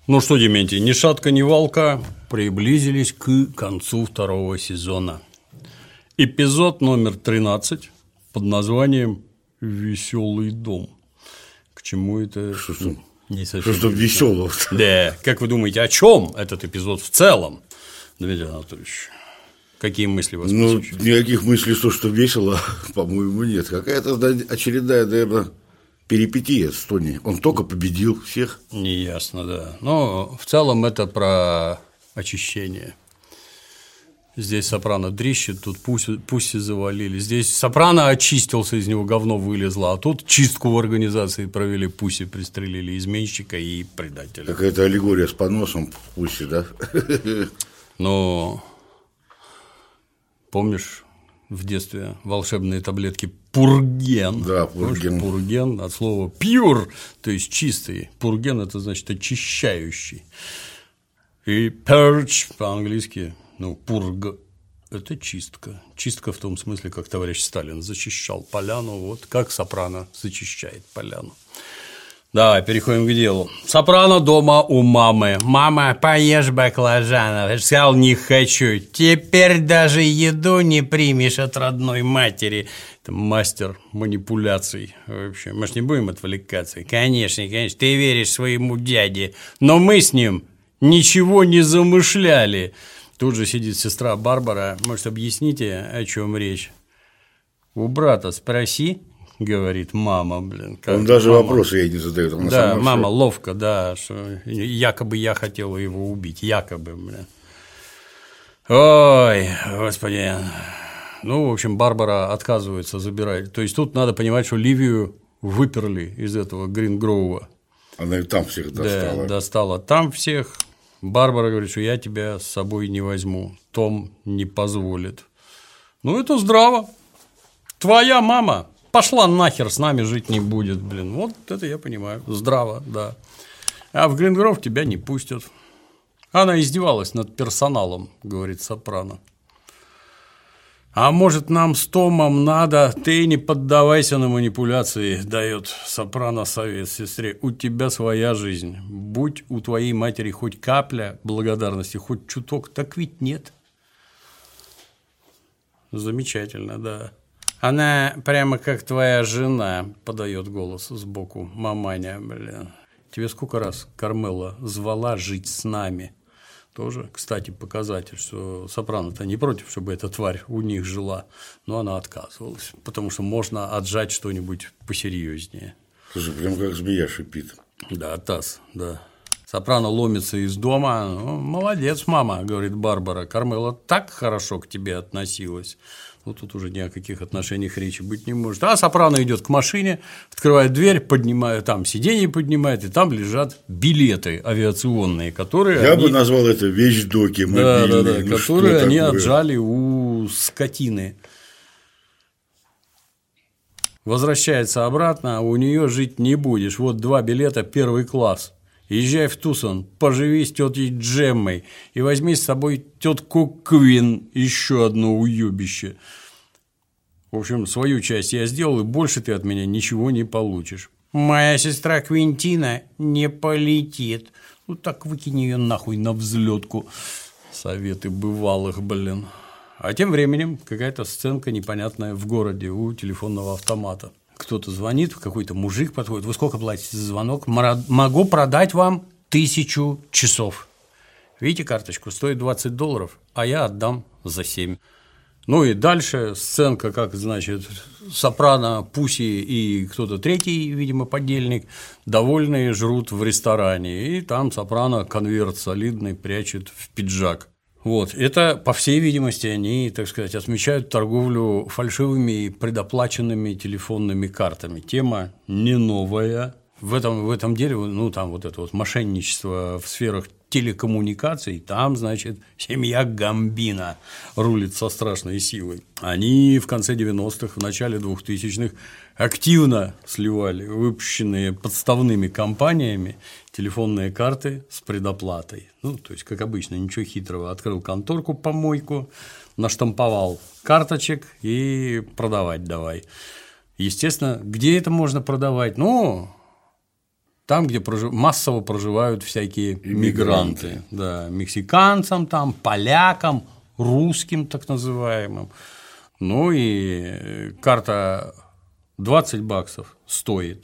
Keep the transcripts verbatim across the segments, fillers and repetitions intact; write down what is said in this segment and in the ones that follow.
Ну что, Дементий, ни шатка, ни валка, приблизились к концу второго сезона. Эпизод номер тринадцать под названием «Веселый дом». К чему это? Что-то, не совсем что-то веселого. Да. Как вы думаете, о чем этот эпизод в целом, Дмитрий Анатольевич? Какие мысли вас Ну, посещают? никаких мыслей, что, что весело, по-моему, нет. Какая-то очередная, наверное, перипетия с Тони. Он только победил всех. Неясно, да. Но в целом это про очищение. Здесь Сопрано дрищет, тут Пусси завалили. Здесь Сопрано очистился, из него говно вылезло, а тут чистку в организации провели, Пусси пристрелили изменщика и предателя. Какая-то аллегория с поносом Пусси, да? Но помнишь в детстве волшебные таблетки Пурген? Да, Пурген. Пурген от слова pure, то есть чистый. Пурген – это значит очищающий. И purge по-английски, ну, пург – это чистка. Чистка в том смысле, как товарищ Сталин зачищал поляну, вот как Сопрано зачищает поляну. Давай, переходим к делу. Сопрано дома у мамы. «Мама, поешь баклажанов». Я сказал, не хочу. «Теперь даже еду не примешь от родной матери». Это мастер манипуляций. Вообще, мы ж не будем отвлекаться. Конечно, конечно, ты веришь своему дяде. Но мы с ним ничего не замышляли. Тут же сидит сестра Барбара. Может, объясните, о чем речь? У брата спроси. Говорит мама, блин. Он даже мама... вопросы ей не задает. Она да, сама мама все... ловко, да, что якобы я хотела его убить, якобы, блин. Ой, господи. Ну, в общем, Барбара отказывается забирать. То есть тут надо понимать, что Ливию выперли из этого Грингроува. Она и там всех достала. Да, достала там всех. Барбара говорит, что я тебя с собой не возьму. Том не позволит. Ну, это здраво. Твоя мама пошла нахер, с нами жить не будет, блин. Вот это я понимаю. Здраво, да. А в Грингров тебя не пустят. Она издевалась над персоналом, говорит Сопрано. А может, нам с Томом надо? Ты не поддавайся на манипуляции, дает Сопрано совет сестре. У тебя своя жизнь. Будь у твоей матери хоть капля благодарности, хоть чуток, так ведь нет. Замечательно, да. Она прямо как твоя жена, подает голос сбоку. Маманя, блин. Тебе сколько раз Кармела звала жить с нами? Тоже, кстати, показатель, что Сопрано-то не против, чтобы эта тварь у них жила, но она отказывалась, потому что можно отжать что-нибудь посерьезнее. Слушай, прям как змея шипит. Да, таз, да. Сопрано ломится из дома. Ну, молодец, мама, говорит Барбара. Кармела так хорошо к тебе относилась. Ну, тут уже ни о каких отношениях речи быть не может. А Сопрано идет к машине, открывает дверь, поднимает, там сиденье поднимает, и там лежат билеты авиационные, которые. Я они... бы назвал это вещдоки мобильные. Да, да, да, ну, которые они такое? отжали у скотины. Возвращается обратно, а у нее жить не будешь. Вот два билета первый класс. Езжай в Тусон, поживи с тетей Джеммой и возьми с собой тетку Квин, еще одно уебище. В общем, свою часть я сделал, и больше ты от меня ничего не получишь. Моя сестра Квинтина не полетит. Ну так выкинь ее нахуй на взлетку. Советы бывалых, блин. А тем временем какая-то сценка непонятная в городе у телефонного автомата. Кто-то звонит, какой-то мужик подходит. Вы сколько платите за звонок? Могу продать вам тысячу часов. Видите карточку? Стоит двадцать долларов, а я отдам за семь. Ну и дальше сценка, как, значит, Сопрано, Пусси и кто-то третий, видимо, подельник, довольные жрут в ресторане. И там Сопрано конверт солидный прячет в пиджак. Вот. Это, по всей видимости, они, так сказать, отмечают торговлю фальшивыми и предоплаченными телефонными картами. Тема не новая. В этом, в этом деле, ну, там вот это вот мошенничество в сферах телекоммуникаций, там, значит, семья Гамбино рулит со страшной силой. Они в конце девяностых, в начале двухтысячных активно сливали выпущенные подставными компаниями телефонные карты с предоплатой. Ну, то есть, как обычно, ничего хитрого. Открыл конторку, помойку, наштамповал карточек и продавать давай. Естественно, где это можно продавать? Ну, там, где прожив... массово проживают всякие иммигранты. мигранты. Да, мексиканцам, там, полякам, русским так называемым. Ну и карта двадцать баксов стоит,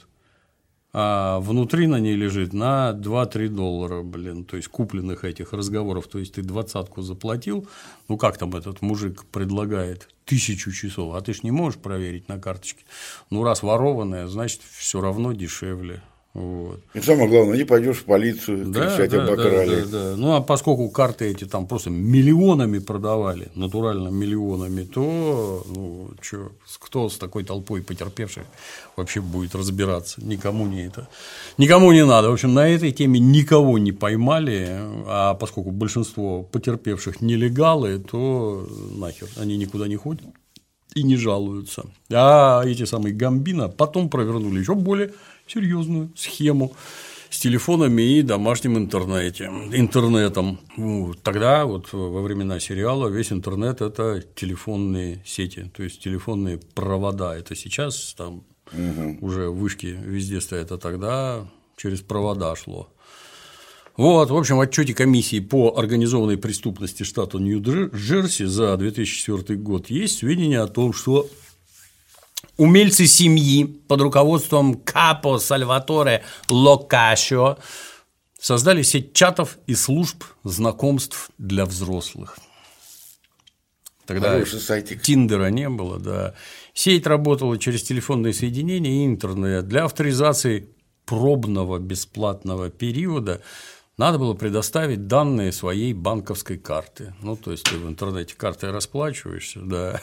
а внутри на ней лежит на два-три доллара, блин, то есть купленных этих разговоров, то есть ты двадцатку заплатил, ну как там этот мужик предлагает тысячу часов, а ты ж не можешь проверить на карточке, ну раз ворованная, значит все равно дешевле. Вот. И самое главное, не пойдешь в полицию Да, кричать да, обокрали. да, да, да. Ну а поскольку карты эти там просто миллионами продавали, натурально миллионами, то ну, чё, кто с такой толпой потерпевших вообще будет разбираться? Никому не это. Никому не надо. В общем, на этой теме никого не поймали, а поскольку большинство потерпевших нелегалы, то нахер они никуда не ходят и не жалуются. А эти самые Гамбино потом провернули еще более серьезную схему с телефонами и домашним интернете, интернетом. Вот. Тогда, вот во времена сериала, весь интернет – это телефонные сети, то есть телефонные провода. Это сейчас там угу. уже вышки везде стоят, а тогда через провода шло. Вот, в общем, в отчете комиссии по организованной преступности штата Нью-Джерси за две тысячи четвёртый год есть сведения о том, что умельцы семьи под руководством Капо Сальваторе Локашио создали сеть чатов и служб знакомств для взрослых. Тогда Тиндера не было, да. Сеть работала через телефонные соединения и интернет. Для авторизации пробного бесплатного периода надо было предоставить данные своей банковской карты. Ну, то есть ты в интернете картой расплачиваешься, да.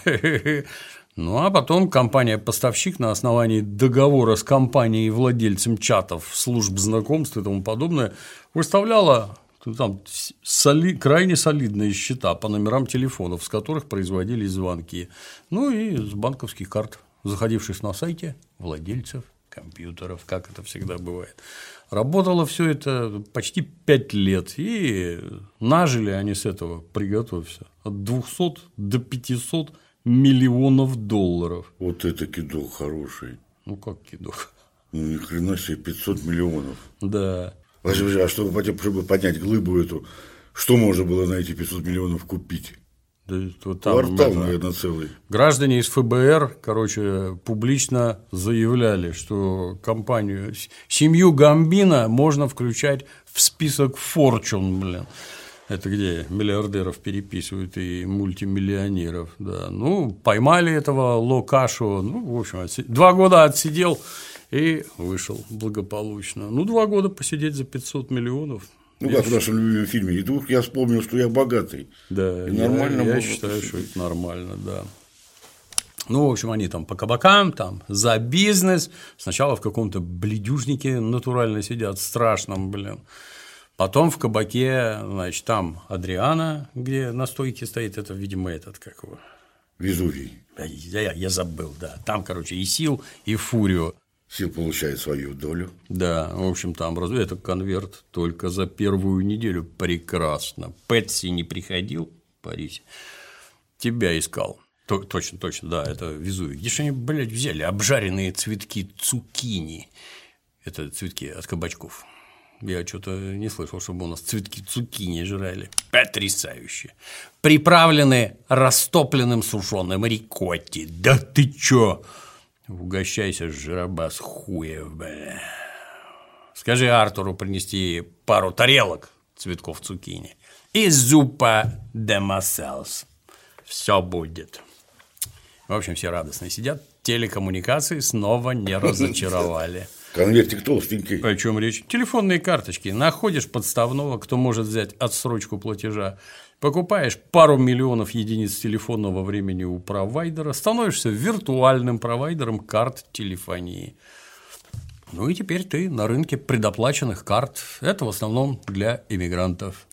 Ну, а потом компания-поставщик на основании договора с компанией-владельцем чатов, служб знакомств и тому подобное выставляла там соли... крайне солидные счета по номерам телефонов, с которых производились звонки. Ну, и с банковских карт, заходивших на сайте владельцев компьютеров, как это всегда бывает. Работало все это почти пять лет, и нажили они с этого, приготовься, от двухсот до пятисот миллионов долларов. Вот это кидок хороший. Ну, как кидок? Ну, ни хрена себе, пятьсот миллионов. Да. А чтобы, чтобы поднять глыбу эту, что можно было на эти пятьсот миллионов купить? Да, вот там, квартал, это, наверное, целый. Граждане из ФБР, короче, публично заявляли, что компанию, семью Гамбино можно включать в список Fortune, блин. Это где миллиардеров переписывают и мультимиллионеров, да. Ну, поймали этого Локашио, ну, в общем, два года отсидел и вышел благополучно. Ну, два года посидеть за пятьсот миллионов. Ну, как в нашем любимом фильме. И вдруг я вспомнил, что я богатый. Да, и нормально я, я считаю, что это нормально, да. Ну, в общем, они там по кабакам, там, за бизнес. Сначала в каком-то бледюжнике натурально сидят, страшном, блин. Потом в кабаке, значит, там Адриана, где на стойке стоит, это, видимо, этот, как его. Везувий. Я, я, я забыл, да. Там, короче, и Сил, и Фурио. Сил получает свою долю. Да, в общем, там это конверт только за первую неделю. Прекрасно. Пэтси не приходил в Париже. Тебя искал. Точно, точно, да, это Везувий. Где же они, блядь, взяли обжаренные цветки цукини? Это цветки от кабачков. Я что-то не слышал, чтобы у нас цветки цукини жрали. Потрясающе. Приправлены растопленным сушеным рикотти. Да ты чё? Угощайся, жиробас хуев, бля. Скажи Артуру принести пару тарелок цветков цукини и зупа де масселс. Все будет. В общем, все радостно сидят. Телекоммуникации снова не разочаровали. Конвертик толстенький. О чем речь? Телефонные карточки. Находишь подставного, кто может взять отсрочку платежа. Покупаешь пару миллионов единиц телефонного времени у провайдера, становишься виртуальным провайдером карт телефонии. Ну и теперь ты на рынке предоплаченных карт. Это в основном для иммигрантов.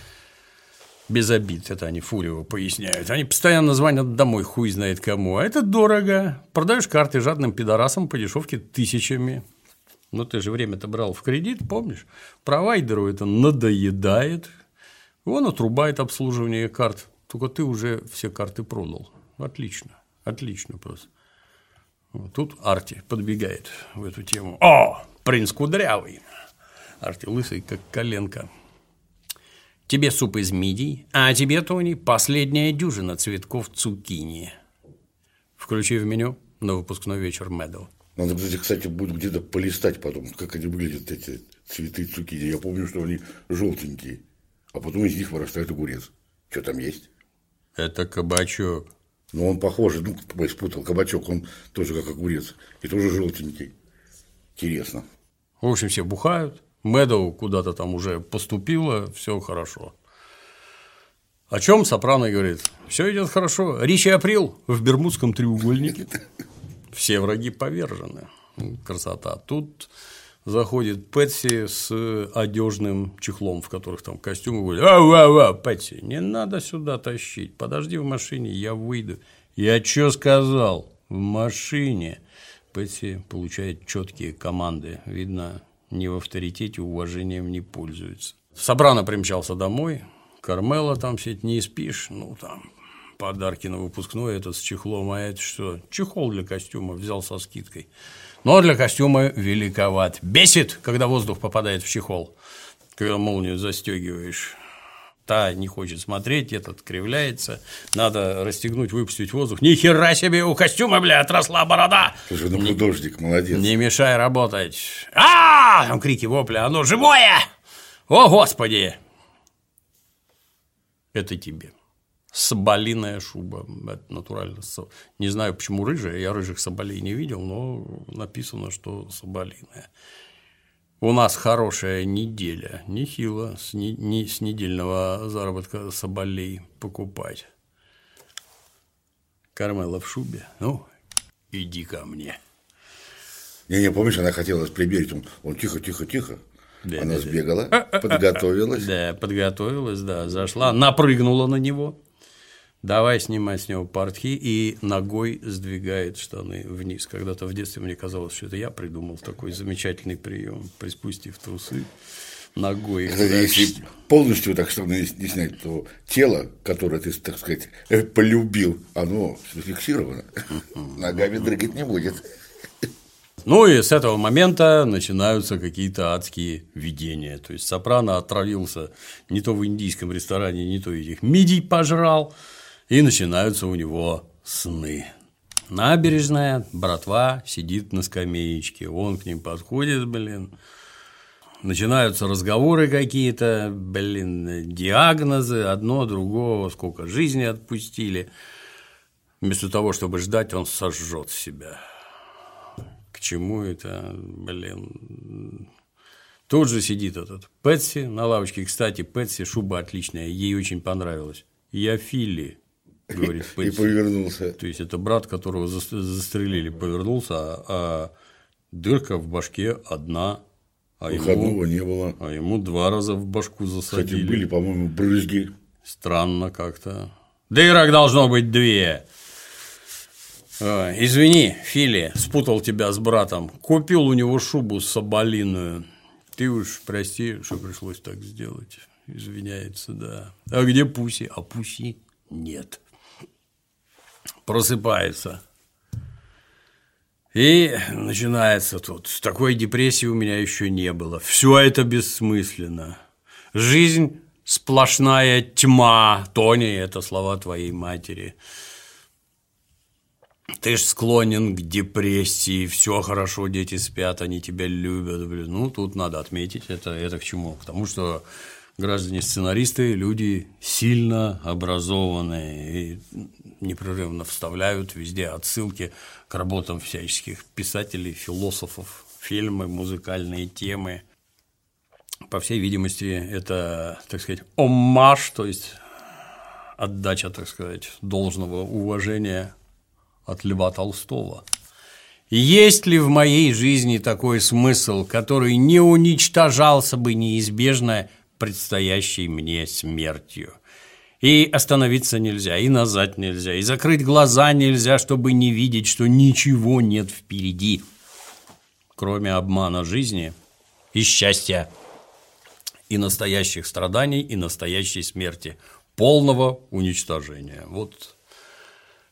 Без обид, это они Фурио поясняют. Они постоянно звонят домой, хуй знает кому. А это дорого. Продаешь карты жадным пидорасам по дешевке тысячами. Ну ты же время-то брал в кредит, помнишь? Провайдеру это надоедает. Он отрубает обслуживание карт. Только ты уже все карты продал. Отлично. Отлично просто. Вот тут Арти подбегает в эту тему. О, принц Кудрявый. Арти лысый, как коленка. Тебе суп из мидий, а тебе, Тони, последняя дюжина цветков цукини. Включи в меню на выпускной вечер Медоу. Надо, кстати, будет где-то полистать потом, как они выглядят, эти цветы цукини. Я помню, что они желтенькие, а потом из них вырастает огурец. Что там есть? Это кабачок. Но он похож, ну, я спутал, кабачок, он тоже как огурец, и тоже желтенький. Интересно. В общем, все бухают, Медоу куда-то там уже поступило, все хорошо. О чем Сопрано говорит? Все идет хорошо. Ричи Април в Бермудском треугольнике. Все враги повержены. Красота. Тут заходит Пэтси с одежным чехлом, в которых там костюмы были. А-ва-ва, Пэтси, не надо сюда тащить. Подожди в машине, я выйду. Я что сказал? В машине. Пэтси получает четкие команды. Видно, ни в авторитете уважением не пользуется. Сопрано примчался домой. Кармела там сидит, не спишь. Ну, там подарки на выпускной, этот с чехлом, а это что? Чехол для костюма взял со скидкой. Но для костюма великоват. Бесит, когда воздух попадает в чехол. Когда молнию застегиваешь. Та не хочет смотреть, этот кривляется. Надо расстегнуть, выпустить воздух. Ни хера себе, у костюма, бля, отросла борода. Слушай, ну художник, молодец. Не мешай работать. А, там крики, вопли, оно живое! О, Господи! Это тебе. Соболиная шуба. Это натурально. Не знаю, почему рыжая. Я рыжих соболей не видел, но написано, что соболиная. У нас хорошая неделя. Нехило с, не, не, с недельного заработка соболей покупать. Кармела в шубе. Ну, иди ко мне. Не-не, помнишь, она хотела примерить. Он, он тихо, тихо, тихо. Да, она да, сбегала, да. подготовилась. Да, подготовилась, да, зашла, напрыгнула на него. Давай снимать с него портки и ногой сдвигает штаны вниз. Когда-то в детстве мне казалось, что это я придумал такой замечательный прием, приспустив трусы ногой. Кстати, если полностью так штаны не снять, то тело, которое ты, так сказать, полюбил, оно зафиксировано. Ногами дрыгать не будет. Ну и с этого момента начинаются какие-то адские видения. То есть Сопрано отравился не то в индийском ресторане, не то этих мидий пожрал, и начинаются у него сны. Набережная, братва сидит на скамеечке, он к ним подходит, блин. Начинаются разговоры какие-то, блин, диагнозы, одно, другого, сколько жизни отпустили. Вместо того, чтобы ждать, он сожжет себя. К чему это, блин? Тут же сидит этот Пэтси на лавочке. Кстати, Пэтси шуба отличная, ей очень понравилась. Я Филли, говорит Пэтси. И повернулся. То есть это брат, которого застрелили, повернулся, а дырка в башке одна. А Выходного ему, не было. А ему два раза в башку засадили. Кстати, были, по-моему, брызги. Странно как-то. Дырок должно быть две. Ой, извини, Фили, спутал тебя с братом. Купил у него шубу соболиную. Ты уж прости, что пришлось так сделать. Извиняется, да. А где Пуси? А Пуси нет. Просыпается. И начинается тут. Такой депрессии у меня еще не было. Все это бессмысленно. Жизнь сплошная тьма. Тони, это слова твоей матери. Ты ж склонен к депрессии, все хорошо, дети спят, они тебя любят. Блин. Ну, тут надо отметить, это, это к чему? К тому, что граждане-сценаристы – люди сильно образованные и непрерывно вставляют везде отсылки к работам всяческих писателей, философов, фильмы, музыкальные темы. По всей видимости, это, так сказать, оммаж, то есть отдача, так сказать, должного уважения от Льва Толстого. Есть ли в моей жизни такой смысл, который не уничтожался бы неизбежно предстоящей мне смертью? И остановиться нельзя, и назад нельзя, и закрыть глаза нельзя, чтобы не видеть, что ничего нет впереди, кроме обмана жизни и счастья, и настоящих страданий, и настоящей смерти, полного уничтожения. Вот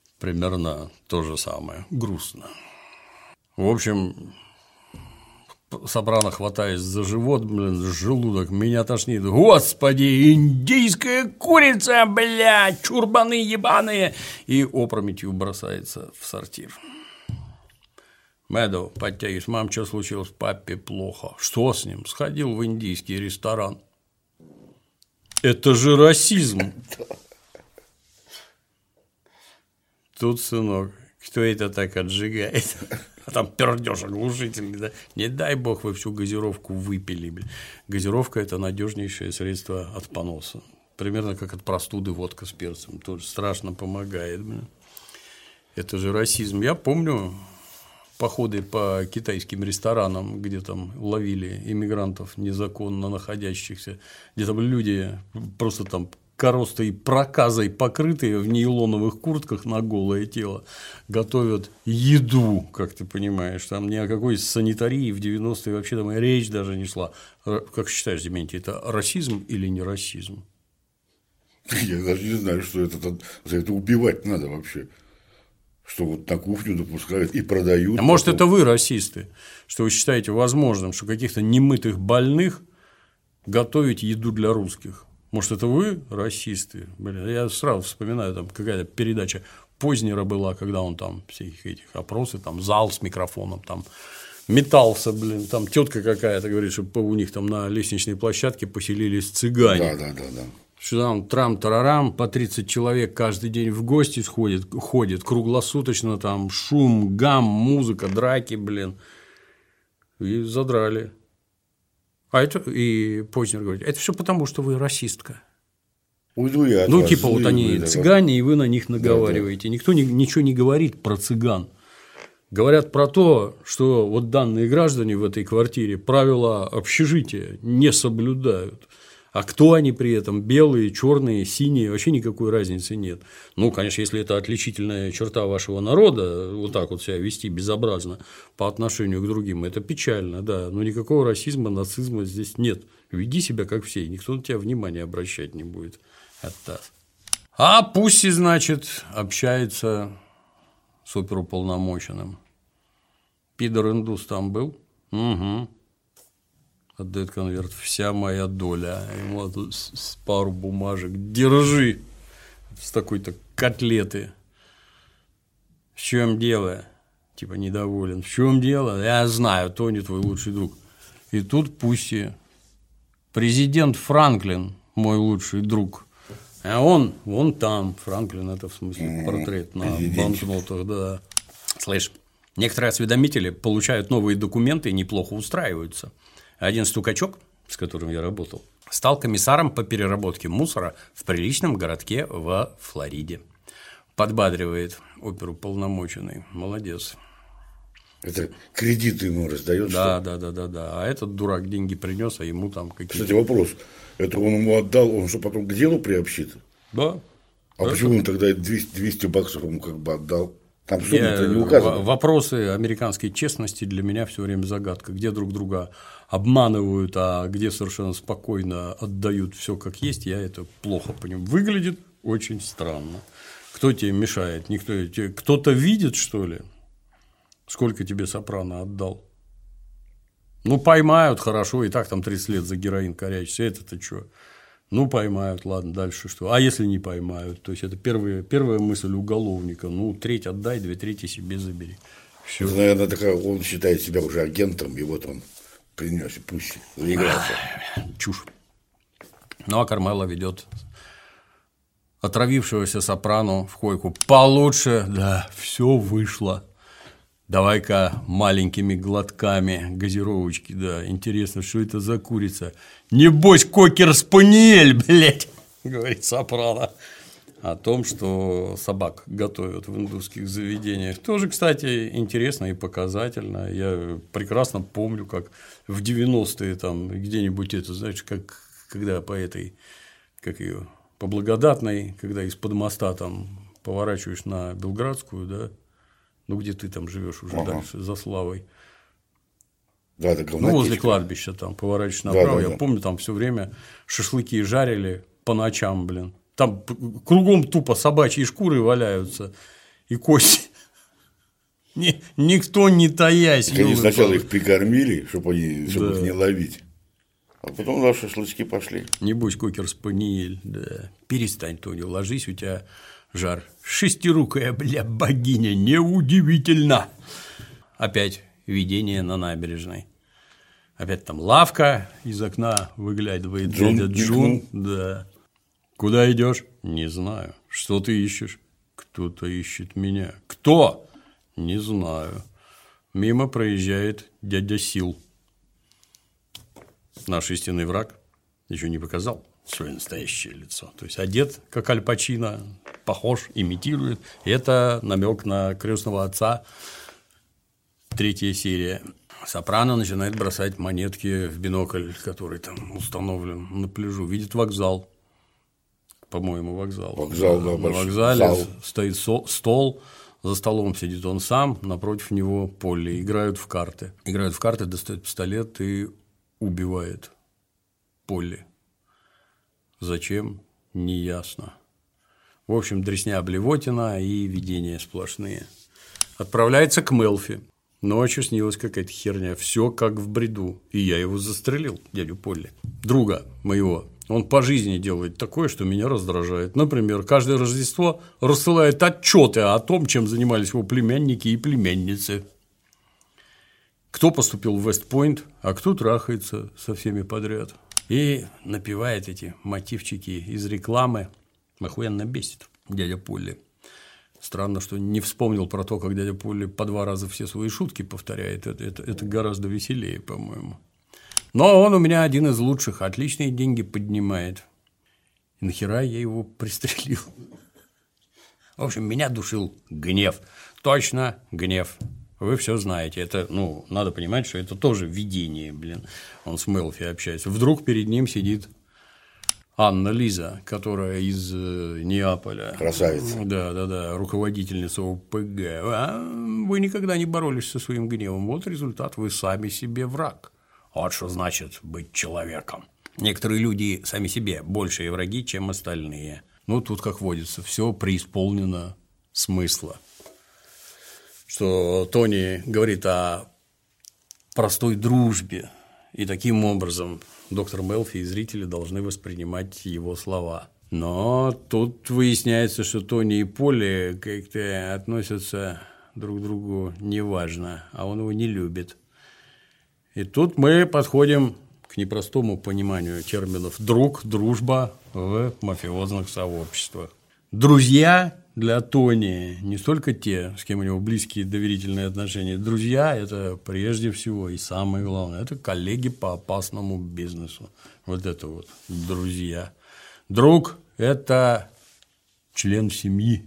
примерно то же самое. Грустно. В общем, Сопрано хватаясь за живот, блин, желудок, меня тошнит. Господи, индийская курица, блядь, чурбаны ебаные. И опрометью бросается в сортир. Мэдоу, подтягиваюсь. Мам, что случилось? Папе плохо. Что с ним? Сходил в индийский ресторан. Это же расизм. Тут, сынок, кто это так отжигает? А там пердёж оглушительный, да? Не дай бог вы всю газировку выпили. Блин. Газировка – это надежнейшее средство от поноса. Примерно как от простуды водка с перцем. Тоже страшно помогает. Блин. Это же расизм. Я помню походы по китайским ресторанам, где там ловили иммигрантов незаконно находящихся, где там люди просто там коростой проказой покрытые в нейлоновых куртках на голое тело готовят еду, как ты понимаешь. Там ни о какой санитарии в девяностые вообще там и речь даже не шла. Как считаешь, Дементий, это расизм или не расизм? Я даже не знаю, что это, за это убивать надо вообще. Что вот на кухню допускают и продают. А может, это вы расисты, что вы считаете возможным, что каких-то немытых больных готовить еду для русских? Может, это вы расисты? Блин, я сразу вспоминаю, там какая-то передача Познера была, когда он там всех этих опросы, там зал с микрофоном, там метался, блин, там тетка какая-то говорит, что у них там на лестничной площадке поселились цыгане. Да, да, да, да. Что там трам-тарарам, по тридцать человек каждый день в гости сходит, ходит круглосуточно, там шум, гам, музыка, драки, блин. И задрали. А это, и Познер говорит, это все потому, что вы расистка. Уйду я от ну, вас, типа, вот они да, цыгане, и вы на них наговариваете. Да, да. Никто ни, ничего не говорит про цыган. Говорят про то, что вот данные граждане в этой квартире правила общежития не соблюдают. А кто они при этом? Белые, черные, синие, вообще никакой разницы нет. Ну, конечно, если это отличительная черта вашего народа, вот так вот себя вести безобразно по отношению к другим, это печально, да. Но никакого расизма, нацизма здесь нет. Веди себя как все, никто на тебя внимания обращать не будет. Это. А Пусси, значит, общается с оперуполномоченным. Пидор-индус там был? Угу. Отдает конверт. Вся моя доля. Ему тут с пару бумажек. Держи. С такой-то котлеты. В чем дело? Типа недоволен. В чем дело? Я знаю, Тони твой лучший друг. И тут Пусси. Президент Франклин, мой лучший друг. А он, вон там. Франклин, это в смысле портрет на банкнотах, да. Слышь, некоторые осведомители получают новые документы и неплохо устраиваются. Один стукачок, с которым я работал, стал комиссаром по переработке мусора в приличном городке во Флориде. Подбадривает оперуполномоченный. Молодец. Это кредиты ему раздает? Да, да, да, да, да. А этот дурак деньги принес, а ему там какие-то. Кстати, вопрос. Это он ему отдал, он что потом к делу приобщит? Да. А это... почему он тогда двести, двести баксов ему как бы отдал? Там сумма-то не указано. Вопросы американской честности для меня все время загадка. Где друг друга обманывают, а где совершенно спокойно отдают все как есть, я это плохо понимаю. Выглядит очень странно. Кто тебе мешает? Никто. Кто-то видит, что ли? Сколько тебе Сопрано отдал? Ну, поймают, хорошо, и так там тридцать лет за героин корячится. Это-то что? Ну, поймают, ладно, дальше что? А если не поймают? То есть, это первая, первая мысль уголовника. Ну, треть отдай, две трети себе забери. Всё. Это, наверное, такая, он считает себя уже агентом, и вот он принес, и пусть заигрался. Чушь. Ну, а Кармелла ведет отравившегося Сопрано в койку. Получше, да, все вышло. Давай-ка маленькими глотками газировочки, да. Интересно, что это за курица? Небось, кокер-спаниель, блядь, говорит Сопрано. О том, что собак готовят в индусских заведениях. Тоже, кстати, интересно и показательно. Я прекрасно помню, как в девяностые там где-нибудь это, знаешь, как когда по этой, как ее, по Благодатной, когда из-под моста там поворачиваешь на Белградскую, да. Ну, где ты там живешь уже ага. дальше, за Славой. Да, да, ну, возле кладбища там поворачиваешь направо. Да, да, я да. помню, там все время шашлыки жарили по ночам, блин. Там кругом тупо собачьи шкуры валяются и кости. Ни, никто не таясь. Они сначала их прикормили, чтобы, они, чтобы да. их не ловить. А потом на шашлычки пошли. Небось, кокер-спаниель, да. Перестань, Тони, ложись, у тебя жар. Шестирукая, бля, богиня, неудивительно. Опять видение на набережной. Опять там лавка, из окна выглядывает Джун, дядя Джун. Да. Куда идешь? Не знаю. Что ты ищешь? Кто-то ищет меня. Кто? Не знаю. Мимо проезжает дядя Сил. Наш истинный враг еще не показал свое настоящее лицо. То есть одет, как Аль Пачино, похож, имитирует. Это намек на крестного отца. Третья серия. Сопрано начинает бросать монетки в бинокль, который там установлен на пляжу. Видит вокзал. По-моему, вокзал. Вокзал, да, на вокзале зал. Стоит стол. За столом сидит он сам, напротив него Полли. Играют в карты. Играют в карты, достает пистолет и убивает Полли. Зачем? Неясно. В общем, дресня блевотина и видения сплошные. Отправляется к Мелфи. Ночью снилась какая-то херня. Все как в бреду. И я его застрелил, дядю Полли. Друга моего. Он по жизни делает такое, что меня раздражает. Например, каждое Рождество рассылает отчеты о том, чем занимались его племянники и племянницы. Кто поступил в Вест-Пойнт, а кто трахается со всеми подряд. И напевает эти мотивчики из рекламы. Охуенно бесит дядя Полли. Странно, что не вспомнил про то, как дядя Полли по два раза все свои шутки повторяет. Это, это, это гораздо веселее, по-моему. Но он у меня один из лучших. Отличные деньги поднимает. И нахера я его пристрелил? В общем, меня душил гнев. Точно гнев. Вы все знаете. Это, ну, надо понимать, что это тоже видение, блин. Он с Мелфи общается. Вдруг перед ним сидит Анна Лиза, которая из Неаполя. Красавица. Да, да, да, руководительница ОПГ. А вы никогда не боролись со своим гневом. Вот результат. Вы сами себе враг. Вот что значит быть человеком. Некоторые люди сами себе большие враги, чем остальные. Ну, тут, как водится, все преисполнено смысла. Что Тони говорит о простой дружбе. И таким образом доктор Мелфи и зрители должны воспринимать его слова. Но тут выясняется, что Тони и Полли как-то относятся друг к другу неважно, а он его не любит. И тут мы подходим к непростому пониманию терминов «друг», «дружба» в мафиозных сообществах. Друзья для Тони не столько те, с кем у него близкие доверительные отношения. Друзья – это прежде всего и самое главное – это коллеги по опасному бизнесу. Вот это вот друзья. Друг – это член семьи.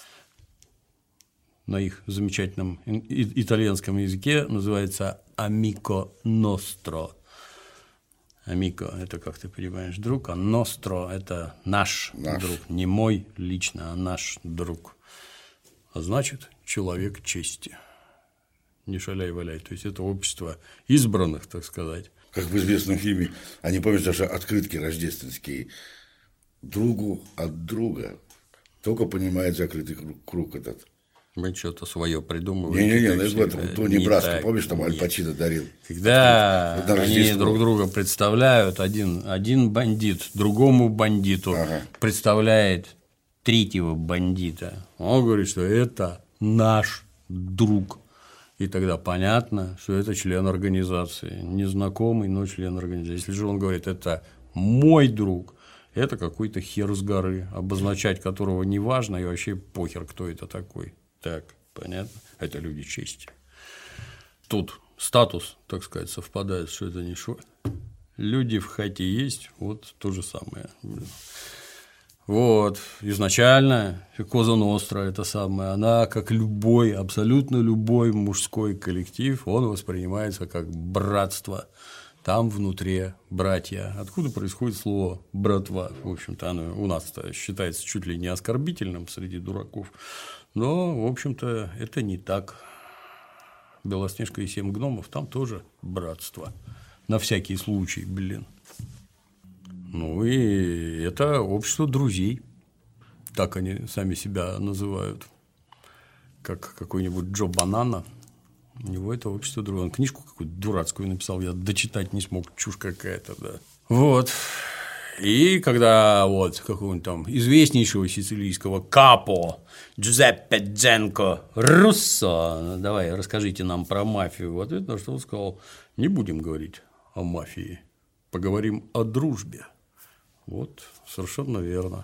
На их замечательном итальянском языке называется «амико ностро». Амико – это, как ты понимаешь, друг, а ностро – это наш, наш друг, не мой лично, а наш друг. А значит, человек чести. Не шаляй-валяй. То есть, это общество избранных, так сказать. Как в известном фильме, они, помнишь, даже открытки рождественские. Другу от друга только понимает закрытый круг, круг этот. Мы что-то свое придумываем. Не-не-не, ну, в этом Тони Браско, помнишь, там Аль Пачино дарил. Когда они друг друга представляют, один, один бандит другому бандиту ага. представляет третьего бандита. Он говорит, что это наш друг. И тогда понятно, что это член организации. Незнакомый, но член организации. Если же он говорит, это мой друг, это какой-то хер с горы, обозначать которого не важно, и вообще похер, кто это такой. Так, понятно? Это люди чести. Тут статус, так сказать, совпадает, что это не шо. Люди в хате есть, вот то же самое. Вот, изначально Коза Ностра, это самое, она, как любой, абсолютно любой мужской коллектив, он воспринимается как братство. Там внутри братья. Откуда происходит слово «братва»? В общем-то, оно у нас считается чуть ли не оскорбительным среди дураков. Но, в общем-то, это не так. Белоснежка и семь гномов, там тоже братство. На всякий случай, блин. Ну, и это общество друзей. Так они сами себя называют. как какой-нибудь Джо Банана. У него это общество другое. Он книжку какую-то дурацкую написал, я дочитать не смог, чушь какая-то, да. Вот. И когда вот какого-нибудь там известнейшего сицилийского капо Джузеппе Дженко Руссо, давай расскажите нам про мафию, в ответ на что он сказал: не будем говорить о мафии, поговорим о дружбе. Вот, совершенно верно.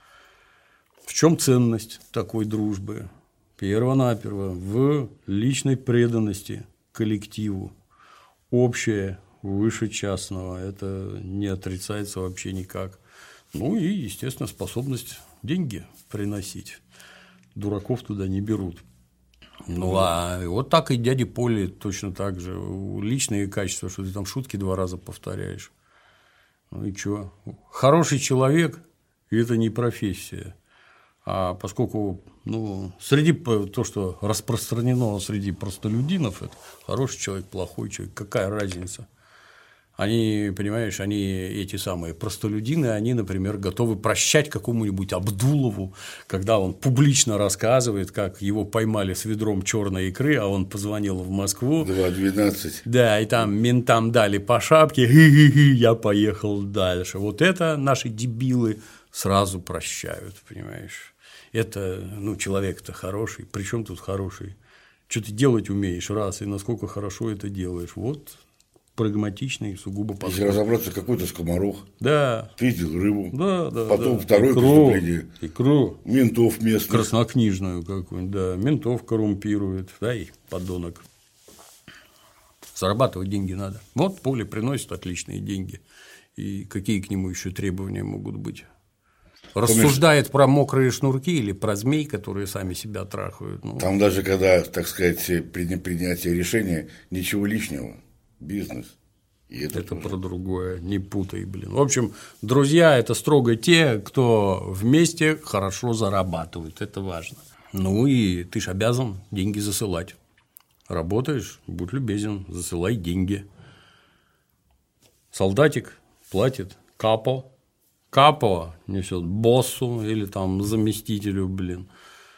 В чем ценность такой дружбы? Перво-наперво в личной преданности коллективу. Общее выше частного. Это не отрицается вообще никак. Ну и, естественно, способность деньги приносить. Дураков туда не берут. Ну, а вот так и дяде Поле точно так же. Личные качества, что ты там шутки два раза повторяешь. Ну и чё? Хороший человек – это не профессия. А поскольку ну, среди то, что распространено среди простолюдинов, это хороший человек, плохой человек, какая разница? Они, понимаешь, они эти самые простолюдины, они, например, готовы прощать какому-нибудь Абдулову, когда он публично рассказывает, как его поймали с ведром черной икры, а он позвонил в Москву. два двенадцать. Да, и там ментам дали по шапке, хи-хи-хи, я поехал дальше. Вот это наши дебилы сразу прощают, понимаешь. Это, ну, человек-то хороший, причем тут хороший? Что ты делать умеешь, раз, и насколько хорошо это делаешь. Вот прагматичный, сугубо подход. Если разобраться, какой-то скоморох. Да. Пиздил рыбу. Да, да. Потом да. второе икру, преступление. Икру. Ментов местных. Краснокнижную какую-нибудь, да. Ментов коррумпирует. Да, и подонок. Зарабатывать деньги надо. Вот Поле приносит отличные деньги. И какие к нему еще требования могут быть? Рассуждает про мокрые шнурки или про змей, которые сами себя трахают. Ну. Там даже когда, так сказать, при принятии решения ничего лишнего. Бизнес. И это это тоже. Про другое. Не путай, блин. В общем, друзья – это строго те, кто вместе хорошо зарабатывают. Это важно. Ну и ты ж обязан деньги засылать. Работаешь – будь любезен, засылай деньги. Солдатик платит капо. Капо несет боссу или там заместителю, блин.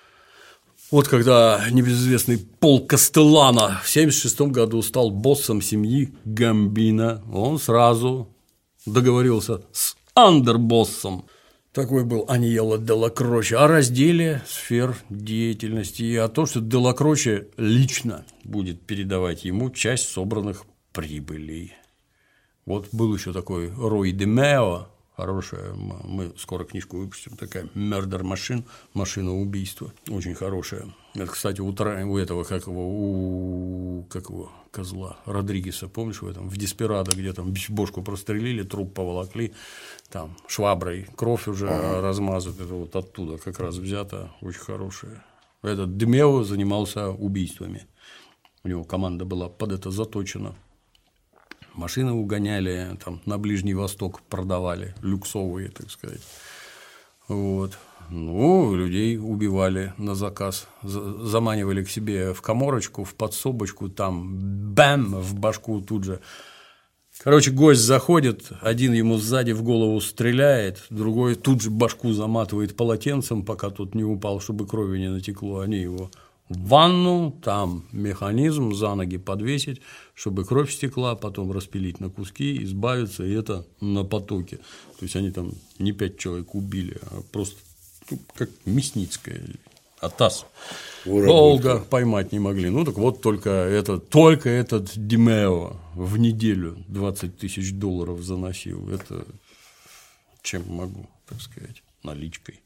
Вот когда небезызвестный Пол Кастеллано в семьдесят шестом году стал боссом семьи Гамбино, он сразу договорился с андербоссом. Такой был Аньелло Делла Кроче о разделе сфер деятельности и о том, что Делла Кроче лично будет передавать ему часть собранных прибылей. Вот был еще такой Рой де Мео. Хорошая, мы скоро книжку выпустим, такая Murder Machine, машина убийства, очень хорошая. Это, кстати, у, у этого, как его, у как его, козла, Родригеса, помнишь, в этом, в Деспирадо, где там бошку прострелили, труп поволокли, там шваброй кровь уже размазывают, это вот оттуда как раз взято, очень хорошая. Этот Демео занимался убийствами, у него команда была под это заточена. Машины угоняли, там, на Ближний Восток продавали, люксовые, так сказать. Вот. Ну, людей убивали на заказ, заманивали к себе в каморочку, в подсобочку, там бэм, в башку тут же. Короче, гость заходит, один ему сзади в голову стреляет, другой тут же башку заматывает полотенцем, пока тот не упал, чтобы крови не натекло, они его в ванну, там механизм за ноги подвесить, чтобы кровь стекла, потом распилить на куски, избавиться, и это на потоке. То есть они там не пять человек убили, а просто ну, как Мясницкая, Атас. Долго поймать не могли. Ну так вот только этот, только этот Демео в неделю двадцать тысяч долларов заносил. Это чем могу, так сказать, наличкой.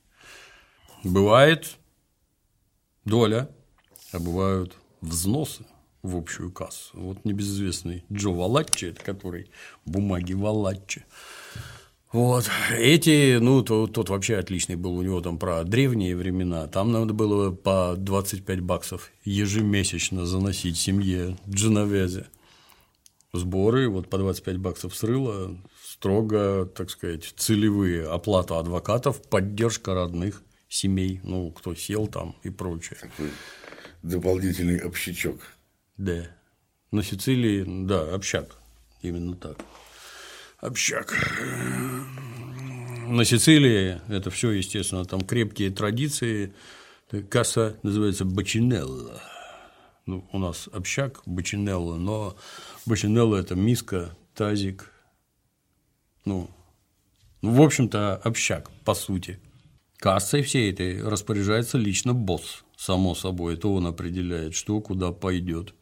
Бывает доля. А бывают взносы в общую кассу. Вот небезызвестный Джо Валаччи, это который бумаги Валаччи. Вот эти, ну, тот, тот вообще отличный был, у него там про древние времена, там надо было по двадцать пять баксов ежемесячно заносить семье Дженовезе. Сборы вот по двадцать пять баксов срыла, строго, так сказать, целевые, оплата адвокатов, поддержка родных семей, ну, кто сел там и прочее. Дополнительный общачок. Да. На Сицилии, да, общак. Именно так. Общак. На Сицилии это все, естественно, там крепкие традиции, Касса называется бачинелло. Ну, у нас общак бачинелло, но бачинелло – это миска, тазик. Ну, в общем-то, общак, по сути. Кассой всей этой распоряжается лично босс, само собой. Это он определяет, что куда пойдет.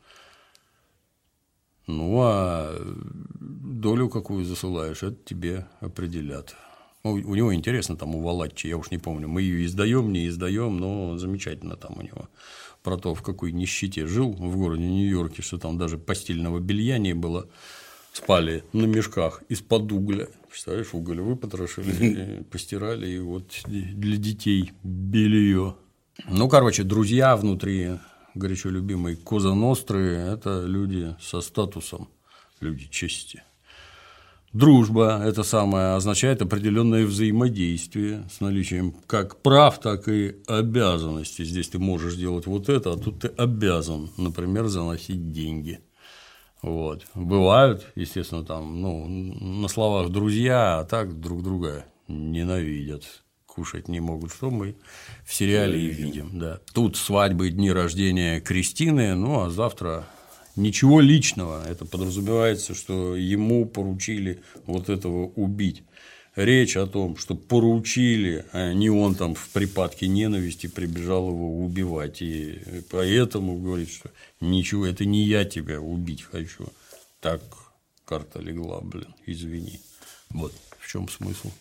Ну, а долю какую засылаешь, это тебе определят. У него интересно там у Валаччи, я уж не помню, мы ее издаем, не издаем, но замечательно там у него про то, в какой нищете жил в городе Нью-Йорке, что там даже постельного белья не было, спали на мешках из-под угля. Представляешь, уголь выпотрошили, постирали, и вот для детей белье. Ну, короче, друзья внутри горячо любимой Коза Ностры – это люди со статусом, люди чести. Дружба – это самое, означает определенное взаимодействие с наличием как прав, так и обязанностей. Здесь ты можешь делать вот это, а тут ты обязан, например, заносить деньги. Вот. Бывают, естественно, там, ну, на словах друзья, а так друг друга ненавидят, кушать не могут, что мы в сериале и видим. Да. Тут свадьбы, дни рождения Кристины, ну а завтра ничего личного. Это подразумевается, что ему поручили вот этого убить. Речь о том, что поручили, а не он там в припадке ненависти прибежал его убивать. И поэтому говорит, что ничего, это не я тебя убить хочу. Так карта легла, блин, извини. Вот в чем смысл.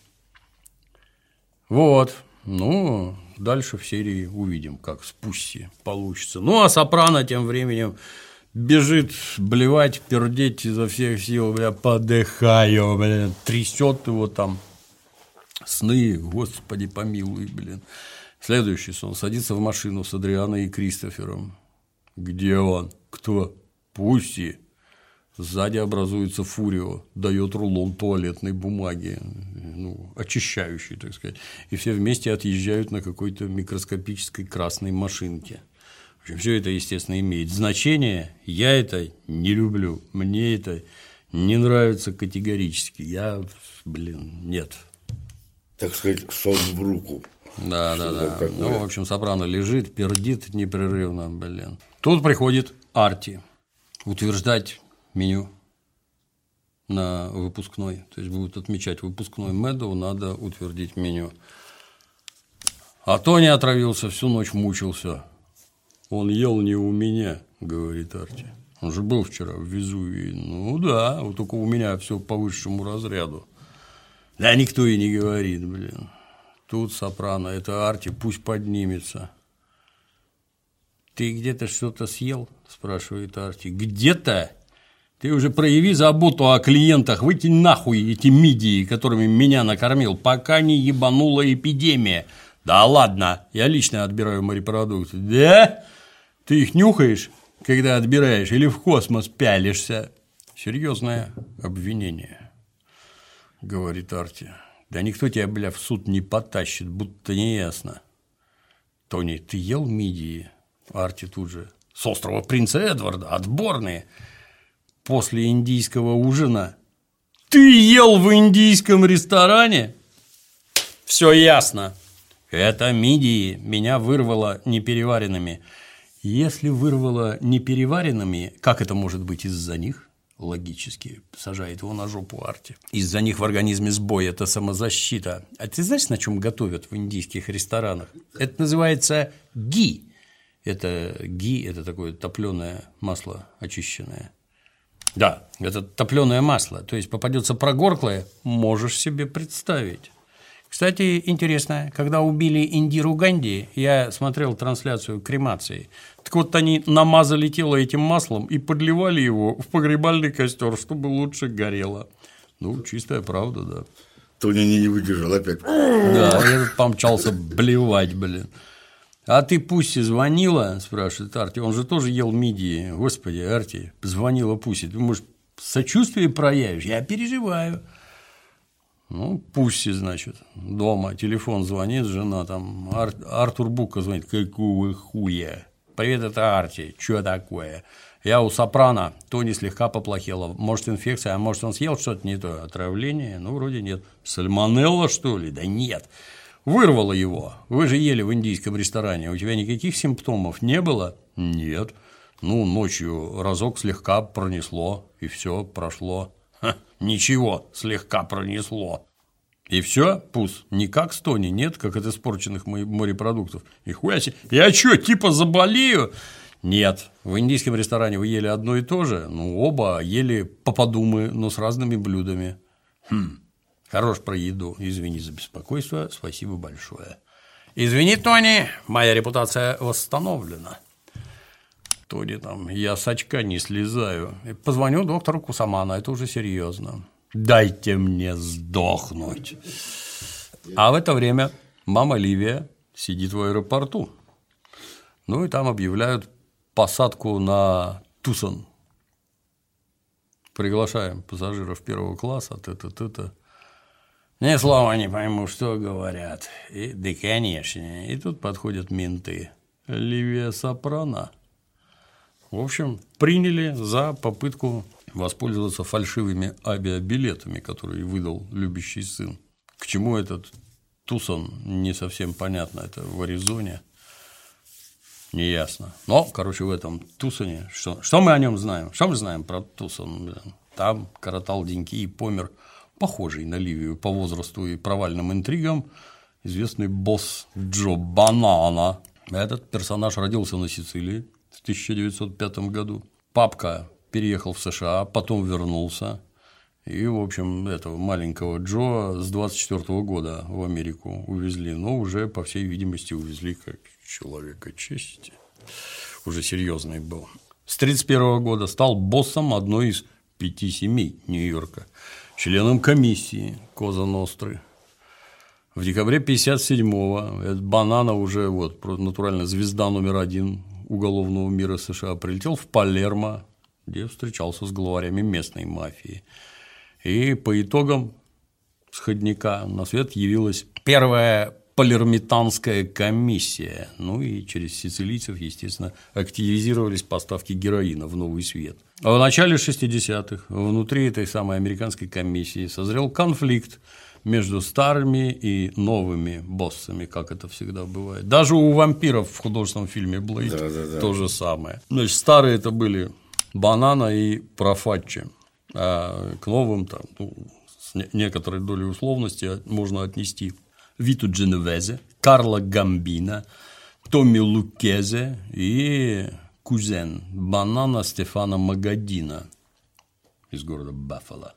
Вот. Ну, дальше в серии увидим, как с Пусси получится. Ну, а Сопрано тем временем бежит блевать, пердеть изо всех сил, бля, подыхаю, блин, трясет его там. Сны, господи помилуй, блин. Следующий сон. Садится в машину с Адрианой и Кристофером. Где он? Кто? Пусси. Сзади образуется Фурио, дает рулон туалетной бумаги, ну, очищающий, так сказать. И все вместе отъезжают на какой-то микроскопической красной машинке. В общем, все это, естественно, имеет значение. Я это не люблю. Мне это не нравится категорически. Я, блин, нет. Так сказать, сон в руку. Да, да, да. Такое? Ну, в общем, Сопрано лежит, пердит непрерывно, блин. Тут приходит Арти утверждать меню на выпускной. То есть будут отмечать выпускной Мэдоу, надо утвердить меню. А Тони отравился, всю ночь мучился. Он ел не у меня, говорит Арти. Он же был вчера в Везувии. Ну да, вот только у меня все по высшему разряду. Да никто и не говорит, блин. Тут Сопрано, это Арти, пусть поднимется. Ты где-то что-то съел? Спрашивает Арти. Где-то? Ты уже прояви заботу о клиентах, выкинь нахуй эти мидии, которыми меня накормил, пока не ебанула эпидемия. Да ладно, я лично отбираю морепродукты. Да? Ты их нюхаешь, когда отбираешь, или в космос пялишься? Серьезное обвинение, говорит Арти. Да никто тебя, бля, в суд не потащит, будто не ясно. Тони, ты ел мидии? Арти тут же. С острова Принца Эдварда, отборные. После индийского ужина. Ты ел в индийском ресторане? Все ясно. Это мидии меня вырвало непереваренными. Если вырвало непереваренными, как это может быть из-за них? Логически сажает его на жопу Арти. Из-за них в организме сбой, это самозащита. А ты знаешь, на чем готовят в индийских ресторанах? Это называется ги. Это ги, это такое топленое масло очищенное. Да, это топленое масло. То есть попадется прогорклое, можешь себе представить. Кстати, интересно, когда убили Индиру Ганди, я смотрел трансляцию кремации. Так вот, они намазали тело этим маслом и подливали его в погребальный костер, чтобы лучше горело. Ну, чистая правда, да. Тони не выдержал опять. Да, я тут помчался блевать, блин. А ты Пусси звонила, спрашивает Арти, он же тоже ел мидии. Господи, Арти, звонила Пусси, ты, может, сочувствие проявишь? Я переживаю. Ну, Пусси, значит, дома, телефон звонит, жена там, Ар... Артур Бука звонит, какого хуя? Привет, это Арти, что такое? Я у Сопрано, Тони слегка поплохело, может, инфекция, а может, он съел что-то не то, отравление? Ну, вроде нет. Сальмонелла, что ли? Да нет. Вырвало его. Вы же ели в индийском ресторане. У тебя никаких симптомов не было? Нет. Ну, ночью разок слегка пронесло, и все прошло. Ха, ничего, слегка пронесло. И все, Пус, не как с Тони, нет, как от испорченных морепродуктов. И хуя себе, я что, типа заболею? Нет, в индийском ресторане вы ели одно и то же, ну, оба ели попадумы, но с разными блюдами. Хм, хорош про еду, извини за беспокойство, спасибо большое. Извини, Тони, моя репутация восстановлена. Тони там, я с очка не слезаю. Позвоню доктору Кусамана, это уже серьезно. Дайте мне сдохнуть. А в это время мама Ливия сидит в аэропорту. Ну и там объявляют посадку на Тусон. Приглашаем пассажиров первого класса, т-т-т-т. Ни слова не пойму, что говорят. И, да, конечно. И тут подходят менты. Ливия Сопрано. В общем, приняли за попытку воспользоваться фальшивыми авиабилетами, которые выдал любящий сын. К чему этот Тусон, не совсем понятно, это в Аризоне, неясно. Но, короче, в этом Тусоне, что, что мы о нем знаем? Что мы знаем про Тусон? Там коротал деньки и помер, похожий на Ливию по возрасту и провальным интригам, известный босс Джо Банана. Этот персонаж родился на Сицилии в тысяча девятьсот пятом году. Папка переехал в США, потом вернулся. И, в общем, этого маленького Джо с двадцать четвёртого года в Америку увезли. Но уже, по всей видимости, увезли как человека чести. Уже серьезный был. С тридцать первого года стал боссом одной из пяти семей Нью-Йорка, членом комиссии Коза Ностры. В декабре пятьдесят седьмого этот Банана уже вот, натурально звезда номер один уголовного мира США прилетел в Палермо, где встречался с главарями местной мафии. И по итогам сходника на свет явилась первая палермитанская комиссия. Ну и через сицилийцев, естественно, активизировались поставки героина в новый свет. А в начале шестидесятых внутри этой самой американской комиссии созрел конфликт между старыми и новыми боссами, как это всегда бывает. Даже у вампиров в художественном фильме «Блейд» да, да, да. то же самое. Значит, старые это были Банана и Профаччи, а к новым там, ну, с некоторой долей условности можно отнести Виту Дженовезе, Карло Гамбино, Томми Лукезе и кузен Банана Стефано Магадино из города Баффало.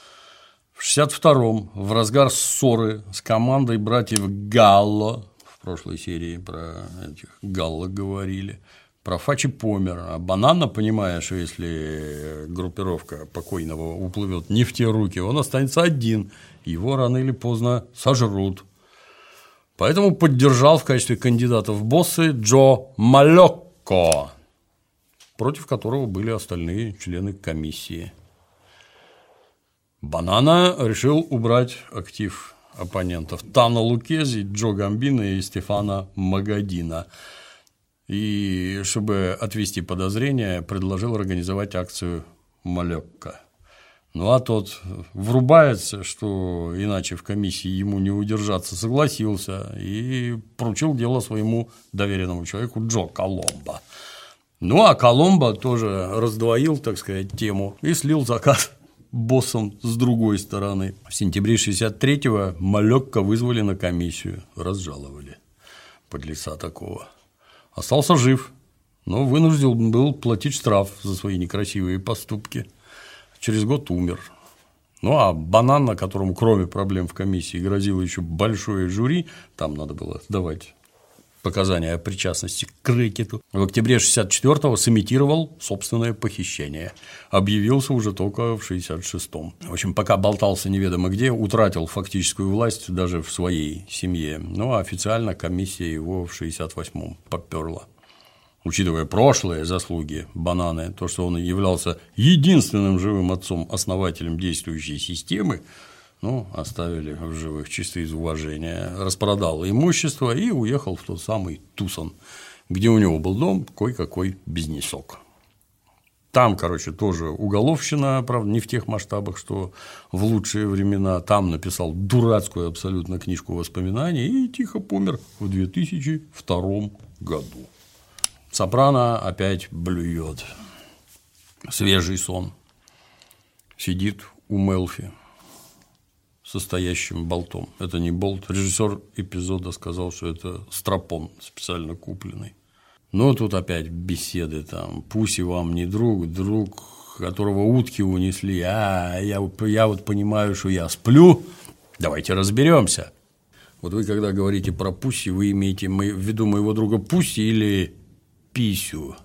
В шестьдесят втором, в разгар ссоры с командой братьев Галло, в прошлой серии про этих Галло говорили, Профаччи помер, а Банана, понимая, что если группировка покойного уплывет не в те руки, он останется один, его рано или поздно сожрут. Поэтому поддержал в качестве кандидата в боссы Джо Малокко, против которого были остальные члены комиссии. Банана решил убрать актив оппонентов Тано Лукези, Джо Гамбино и Стефано Магадино. И, чтобы отвести подозрения, предложил организовать акцию Малокко. Ну, а тот врубается, что иначе в комиссии ему не удержаться, согласился и поручил дело своему доверенному человеку Джо Коломбо. Ну, а Коломбо тоже раздвоил, так сказать, тему и слил заказ боссом с другой стороны. В сентябре шестьдесят третьего Малокко вызвали на комиссию, разжаловали подлеца такого. Остался жив, но вынужден был платить штраф за свои некрасивые поступки. Через год умер. Ну, а Банана, которому кроме проблем в комиссии грозило еще большое жюри, там надо было давать показания о причастности к рэкету, в октябре шестьдесят четвёртого сымитировал собственное похищение. Объявился уже только в шестьдесят шестом. В общем, пока болтался неведомо где, утратил фактическую власть даже в своей семье. Ну, а официально комиссия его в шестьдесят восьмом попёрла. Учитывая прошлые заслуги Бананы, то, что он являлся единственным живым отцом-основателем действующей системы, ну, оставили в живых чисто из уважения, распродал имущество и уехал в тот самый Тусон, где у него был дом, кое-какой бизнесок. Там, короче, тоже уголовщина, правда, не в тех масштабах, что в лучшие времена. Там написал дурацкую абсолютно книжку воспоминаний и тихо помер в две тысячи втором году. Сопрано опять блюет. Свежий сон. Сидит у Мелфи состоящим болтом. Это не болт. Режиссер эпизода сказал, что это стропон специально купленный. Но тут опять беседы там. Пусть и вам не друг, друг, которого утки унесли. А, я, я вот понимаю, что я сплю. Давайте разберемся. Вот вы, когда говорите про Пусси, вы имеете в виду моего друга Пусси или Писю?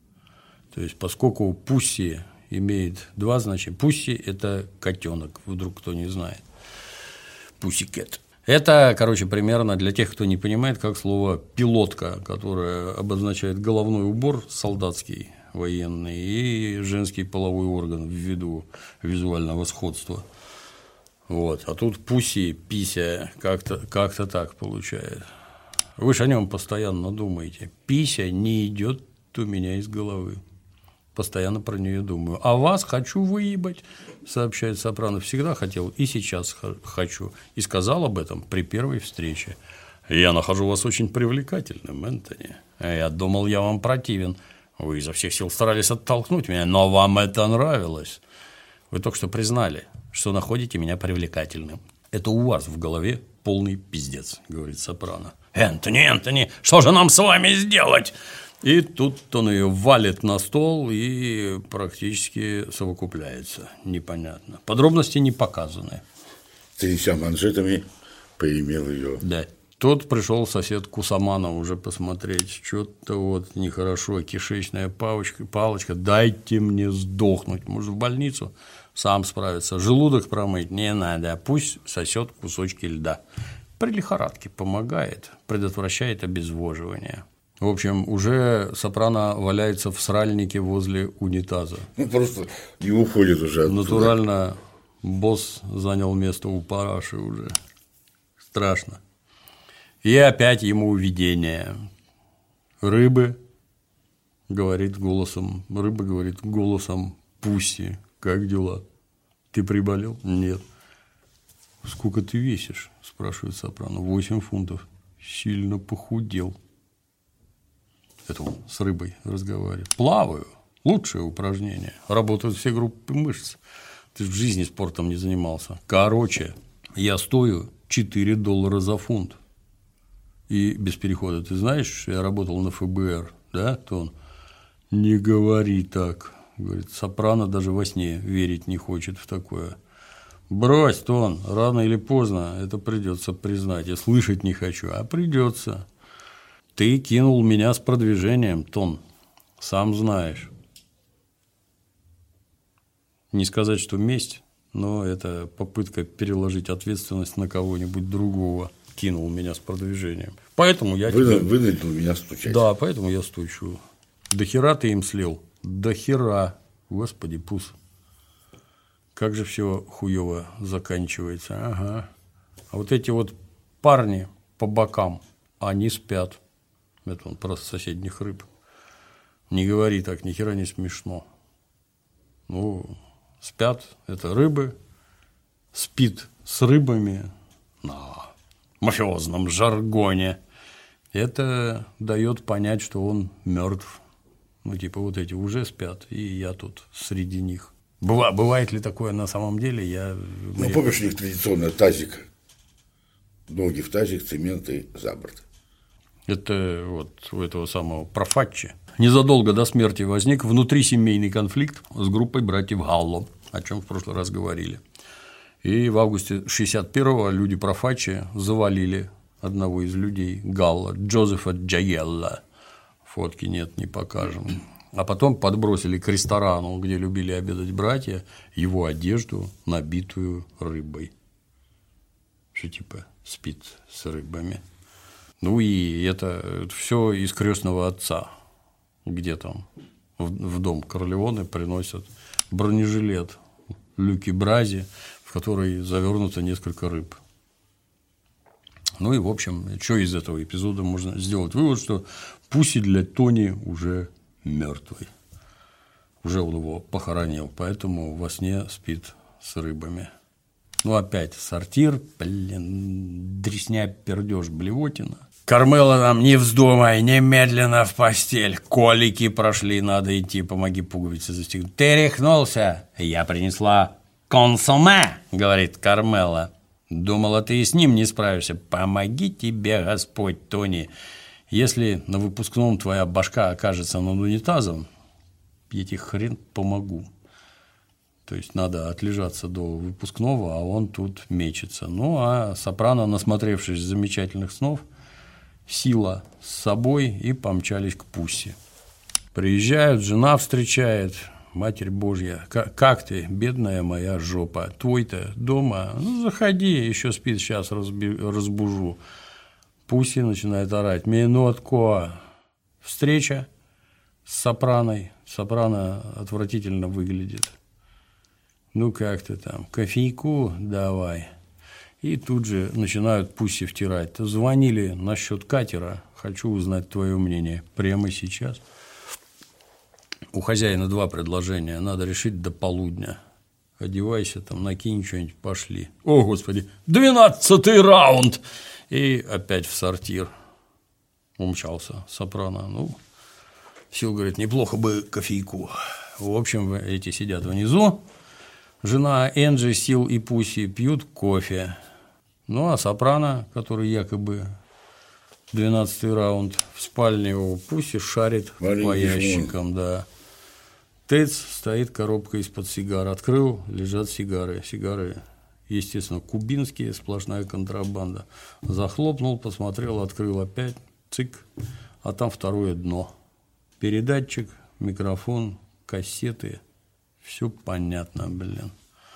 То есть, поскольку Пусси имеет два значения. Пусси – это котенок, вдруг кто не знает. Пуссикэт. Это, короче, примерно для тех, кто не понимает, как слово «пилотка», которое обозначает головной убор солдатский, военный, и женский половой орган ввиду визуального сходства. Вот. А тут пуси, пися, как-то, как-то так получается. Вы же о нем постоянно думаете. Пися не идет у меня из головы. Постоянно про нее думаю. А вас хочу выебать, сообщает Сопрано. Всегда хотел и сейчас хочу. И сказал об этом при первой встрече. Я нахожу вас очень привлекательным, Энтони. Я думал, я вам противен. Вы изо всех сил старались оттолкнуть меня, но вам это нравилось. Вы только что признали, что находите меня привлекательным. Это у вас в голове полный пиздец, говорит Сопрано. Энтони, Энтони, что же нам с вами сделать? И тут он ее валит на стол и практически совокупляется. Непонятно. Подробности не показаны. Тряся манжетами, поимел ее. Да. Тут пришел сосед Кусамана уже посмотреть. Что-то вот нехорошо. Кишечная палочка, палочка. Дайте мне сдохнуть. Может, в больницу? Сам справится. Желудок промыть не надо. Пусть сосет кусочки льда. При лихорадке помогает. Предотвращает обезвоживание. В общем, уже Сопрано валяется в сральнике возле унитаза. Ну, просто не уходит уже оттуда. Натурально босс занял место у параши уже. Страшно. И опять ему видение. Рыбы говорит голосом, рыба говорит голосом Пусси. Как дела? Ты приболел? Нет. Сколько ты весишь? Спрашивает Сопрано. Восемь фунтов. Сильно похудел. Это он с рыбой разговаривает. Плаваю. Лучшее упражнение. Работают все группы мышц. Ты в жизни спортом не занимался. Короче, я стою четыре доллара за фунт. И без перехода. Ты знаешь, что я работал на эф бэ эр, да, Тон? Не говори так. Говорит, Сопрано даже во сне верить не хочет в такое. Брось, Тон, рано или поздно это придется признать. Я слышать не хочу, а придется. Ты кинул меня с продвижением, Тон, сам знаешь. Не сказать, что месть, но это попытка переложить ответственность на кого-нибудь другого. Кинул меня с продвижением. Поэтому я Вы, тебе... Вынудил меня стучать. Да, поэтому я стучу. До хера ты им слил? До хера. Господи, Пус. Как же все хуево заканчивается. Ага. А вот эти вот парни по бокам, они спят. Это он про соседних рыб. Не говори так, ни хера не смешно. Ну, спят, это рыбы. Спит с рыбами на мафиозном жаргоне. Это дает понять, что он мертв. Ну, типа, вот эти уже спят, и я тут среди них. Быва, бывает ли такое на самом деле? Я... Ну, помнишь, у них традиционно тазик. Ноги в тазик, цемент и за борт. Это вот у этого самого Профаччи. Незадолго до смерти возник внутрисемейный конфликт с группой братьев Галло, о чем в прошлый раз говорили. И в августе шестьдесят первого люди Профаччи завалили одного из людей Галло, Джозефа Джаелла. Фотки нет, не покажем. А потом подбросили к ресторану, где любили обедать братья, его одежду, набитую рыбой. Что типа спит с рыбами. Ну и это все из крестного отца. Где там в дом Корлеоне приносят бронежилет Люки Брази, в который завернуто несколько рыб. Ну и, в общем, что из этого эпизода можно сделать вывод, что Пусси для Тони уже мертвый. Уже он его похоронил, поэтому во сне спит с рыбами. Ну, опять сортир, блин, дресня, пердеж, блевотина. Кармела нам: не вздумай, немедленно в постель. Колики прошли, надо идти, помоги пуговицы застегнуть. Ты рехнулся? Я принесла консоме, говорит Кармела. Думала, ты и с ним не справишься. Помоги тебе Господь, Тони. Если на выпускном твоя башка окажется над унитазом, я тебе хрен помогу. То есть надо отлежаться до выпускного, а он тут мечется. Ну, а Сопрано, насмотревшись замечательных снов, сила с собой и помчались к Пусси. Приезжают, жена встречает. Матерь Божья, как ты, бедная моя жопа, твой-то дома? Ну, заходи, еще спит, сейчас разбужу. Пусси начинает орать: минутку. Встреча с Сопраной. Сопрано отвратительно выглядит. Ну, как ты там, кофейку давай. И тут же начинают Пусси втирать. Звонили насчет катера, хочу узнать твое мнение прямо сейчас. У хозяина два предложения, надо решить до полудня. Одевайся там, накинь что-нибудь, пошли. О, Господи, двенадцатый раунд! И опять в сортир. Умчался Сопрано. Ну, Сил говорит: неплохо бы кофейку. В общем, эти сидят внизу. Жена Энджи, Сил и Пусси пьют кофе. Ну, а Сопрано, который якобы двенадцатый раунд, в спальне у Пусси шарит Маленький по ящикам, фон. Да. Тыц, стоит коробка из-под сигар. Открыл, лежат сигары. Сигары, естественно, кубинские, сплошная контрабанда. Захлопнул, посмотрел, открыл опять, цик, а там второе дно. Передатчик, микрофон, кассеты. Все понятно, блин.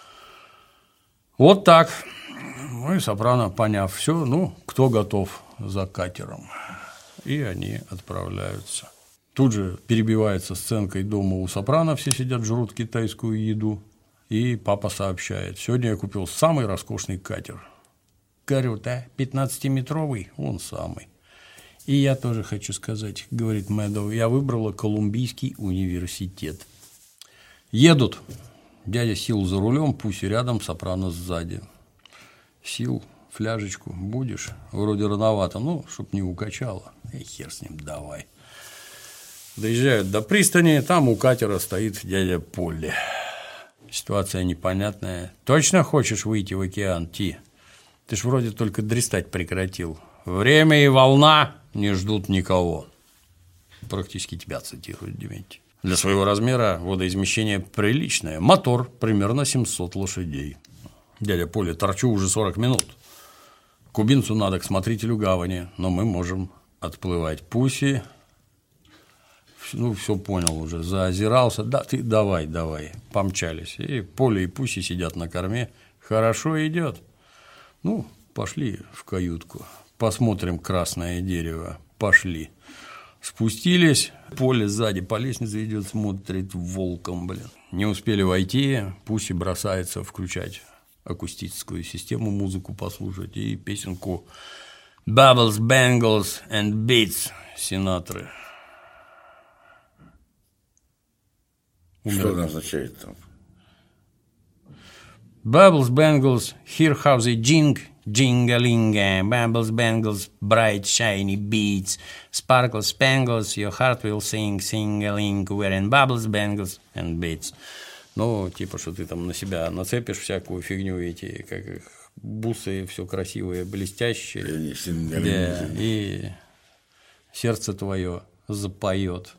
Вот так. Ну и Сопрано, поняв все, ну, кто готов за катером. И они отправляются. Тут же перебивается сценкой дома у Сопрано, все сидят, жрут китайскую еду. И папа сообщает: сегодня я купил самый роскошный катер. Говорю: да, пятнадцатиметровый, он самый. И я тоже хочу сказать, говорит Мэдоу, я выбрала Колумбийский университет. Едут. Дядя Сил за рулем, Пусси рядом, Сопрано сзади. Сил, фляжечку будешь? Вроде рановато, ну, чтоб не укачало. И хер с ним, давай. Доезжают до пристани, там у катера стоит дядя Полли. Ситуация непонятная. Точно хочешь выйти в океан, Ти? Ты ж вроде только дрестать прекратил. Время и волна не ждут никого. Практически тебя цитирует Дементий. Для своего размера водоизмещение приличное. Мотор примерно семьсот лошадей. Дядя Полли: торчу уже сорок минут. Кубинцу надо к смотрителю гавани, но мы можем отплывать. Пусси, ну, все понял уже, заозирался. Да, ты давай, давай. Помчались. И Полли и Пусси сидят на корме. Хорошо идет. Ну, пошли в каютку. Посмотрим красное дерево. Пошли. Спустились. Полли сзади по лестнице идет, смотрит волком, блин. Не успели войти. Пусси бросается включать акустическую систему, музыку послушать и песенку Bubbles, Bangles and Beats Синатры. Что она означает там? Bubbles, Bangles, hear how they jing, jing-a-ling-a. Bubbles, Bangles, bright, shiny beats. Sparkles, Spangles, your heart will sing, sing-a-ling. Wearing bubbles, Bangles and beats. Ну, типа, что ты там на себя нацепишь всякую фигню, эти, как их, бусы, все красивое, блестящее. Да, и сердце твое запоет.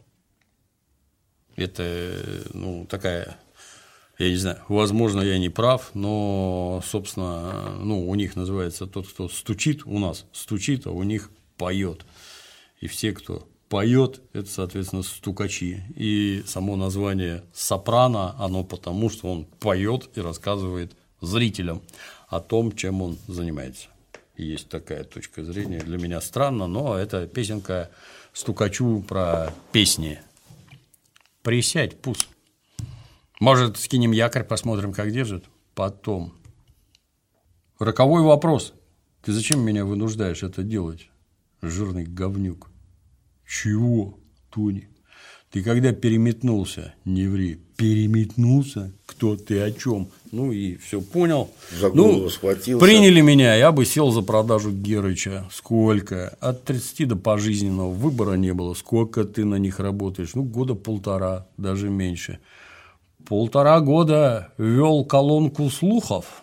Это, ну, такая, я не знаю, возможно, я не прав, но, собственно, ну, у них называется тот, кто стучит, у нас стучит, а у них поет. И все, кто поет, это, соответственно, стукачи. И само название «Сопрано», оно потому, что он поет и рассказывает зрителям о том, чем он занимается. И есть такая точка зрения. Для меня странно, но это песенка стукачу про песни. Присядь, Пус. Может, скинем якорь, посмотрим, как держит? Потом. Роковой вопрос. Ты зачем меня вынуждаешь это делать, жирный говнюк? Чего, Тони? Ты когда переметнулся, не ври, переметнулся, кто ты, о чем? Ну и все понял. За голову ну, схватился. Приняли меня, я бы сел за продажу Герыча. Сколько? От тридцати до пожизненного, выбора не было. Сколько ты на них работаешь? Ну, года полтора, даже меньше. Полтора года вел колонку слухов.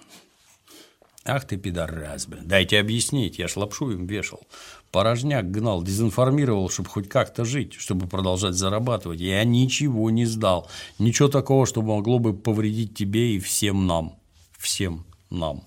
Ах ты, пидорас, блин. Дайте объяснить, я ж лапшу им вешал. Порожняк гнал, дезинформировал, чтобы хоть как-то жить, чтобы продолжать зарабатывать. Я ничего не сдал. Ничего такого, что могло бы повредить тебе и всем нам. Всем нам.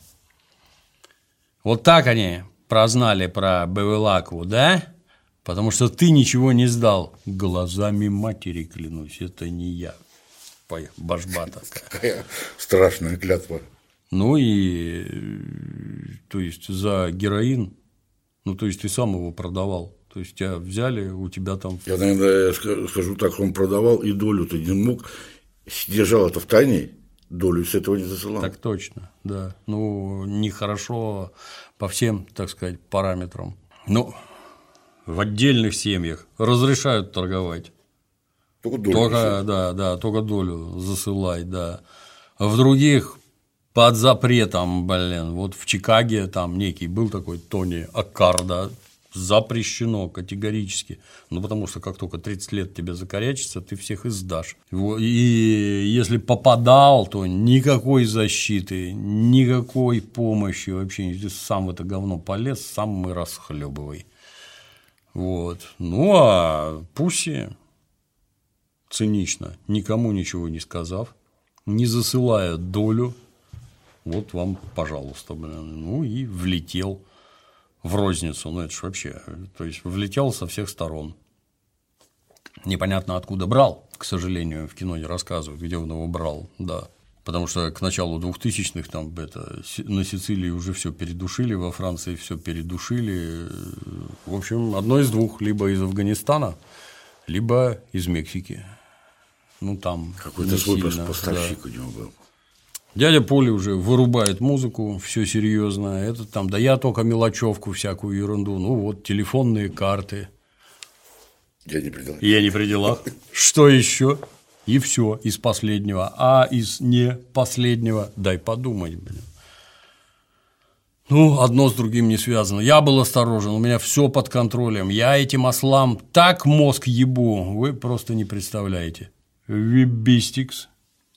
Вот так они прознали про Бевелакову, да? Потому что ты ничего не сдал. Глазами матери клянусь, это не я. Башба такая. Какая страшная клятва. Ну и, то есть, за героин, ну, то есть, ты сам его продавал, то есть, тебя взяли, у тебя там… Я, наверное, скажу так, что он продавал, и долю ты не мог, держал это в тайне, долю с этого не засылал. Так точно, да. Ну, нехорошо по всем, так сказать, параметрам. Ну, в отдельных семьях разрешают торговать. Только долю. Только, да, да, только долю засылать, да. А в других… Под запретом, блин, вот в Чикаге там некий был такой Тони Аккарда, запрещено категорически, ну, потому что как только тридцать лет тебе закорячится, ты всех издашь. И если попадал, то никакой защиты, никакой помощи вообще, ты сам в это говно полез, сам и расхлебывай. Вот. Ну, а Пусси цинично, никому ничего не сказав, не засылая долю, вот вам, пожалуйста, блин. Ну и влетел в розницу. Ну, это ж вообще. То есть, влетел со всех сторон. Непонятно, откуда брал, к сожалению, в кино не рассказывают, где он его брал, да. Потому что к началу двухтысячных там это, на Сицилии уже все передушили, во Франции все передушили. В общем, одно из двух. Либо из Афганистана, либо из Мексики. Ну, там. Какой-то свой сильно, поставщик да. у него был. Дядя Поля уже вырубает музыку, все серьезно. Это там, да я только мелочевку, всякую ерунду. Ну вот, телефонные карты. Я не при делах. Я не при делах. Что еще? И все из последнего. А из не последнего, дай подумать, блин. Ну, одно с другим не связано. Я был осторожен, у меня все под контролем. Я этим ослам так мозг ебу, вы просто не представляете. Вибистикс.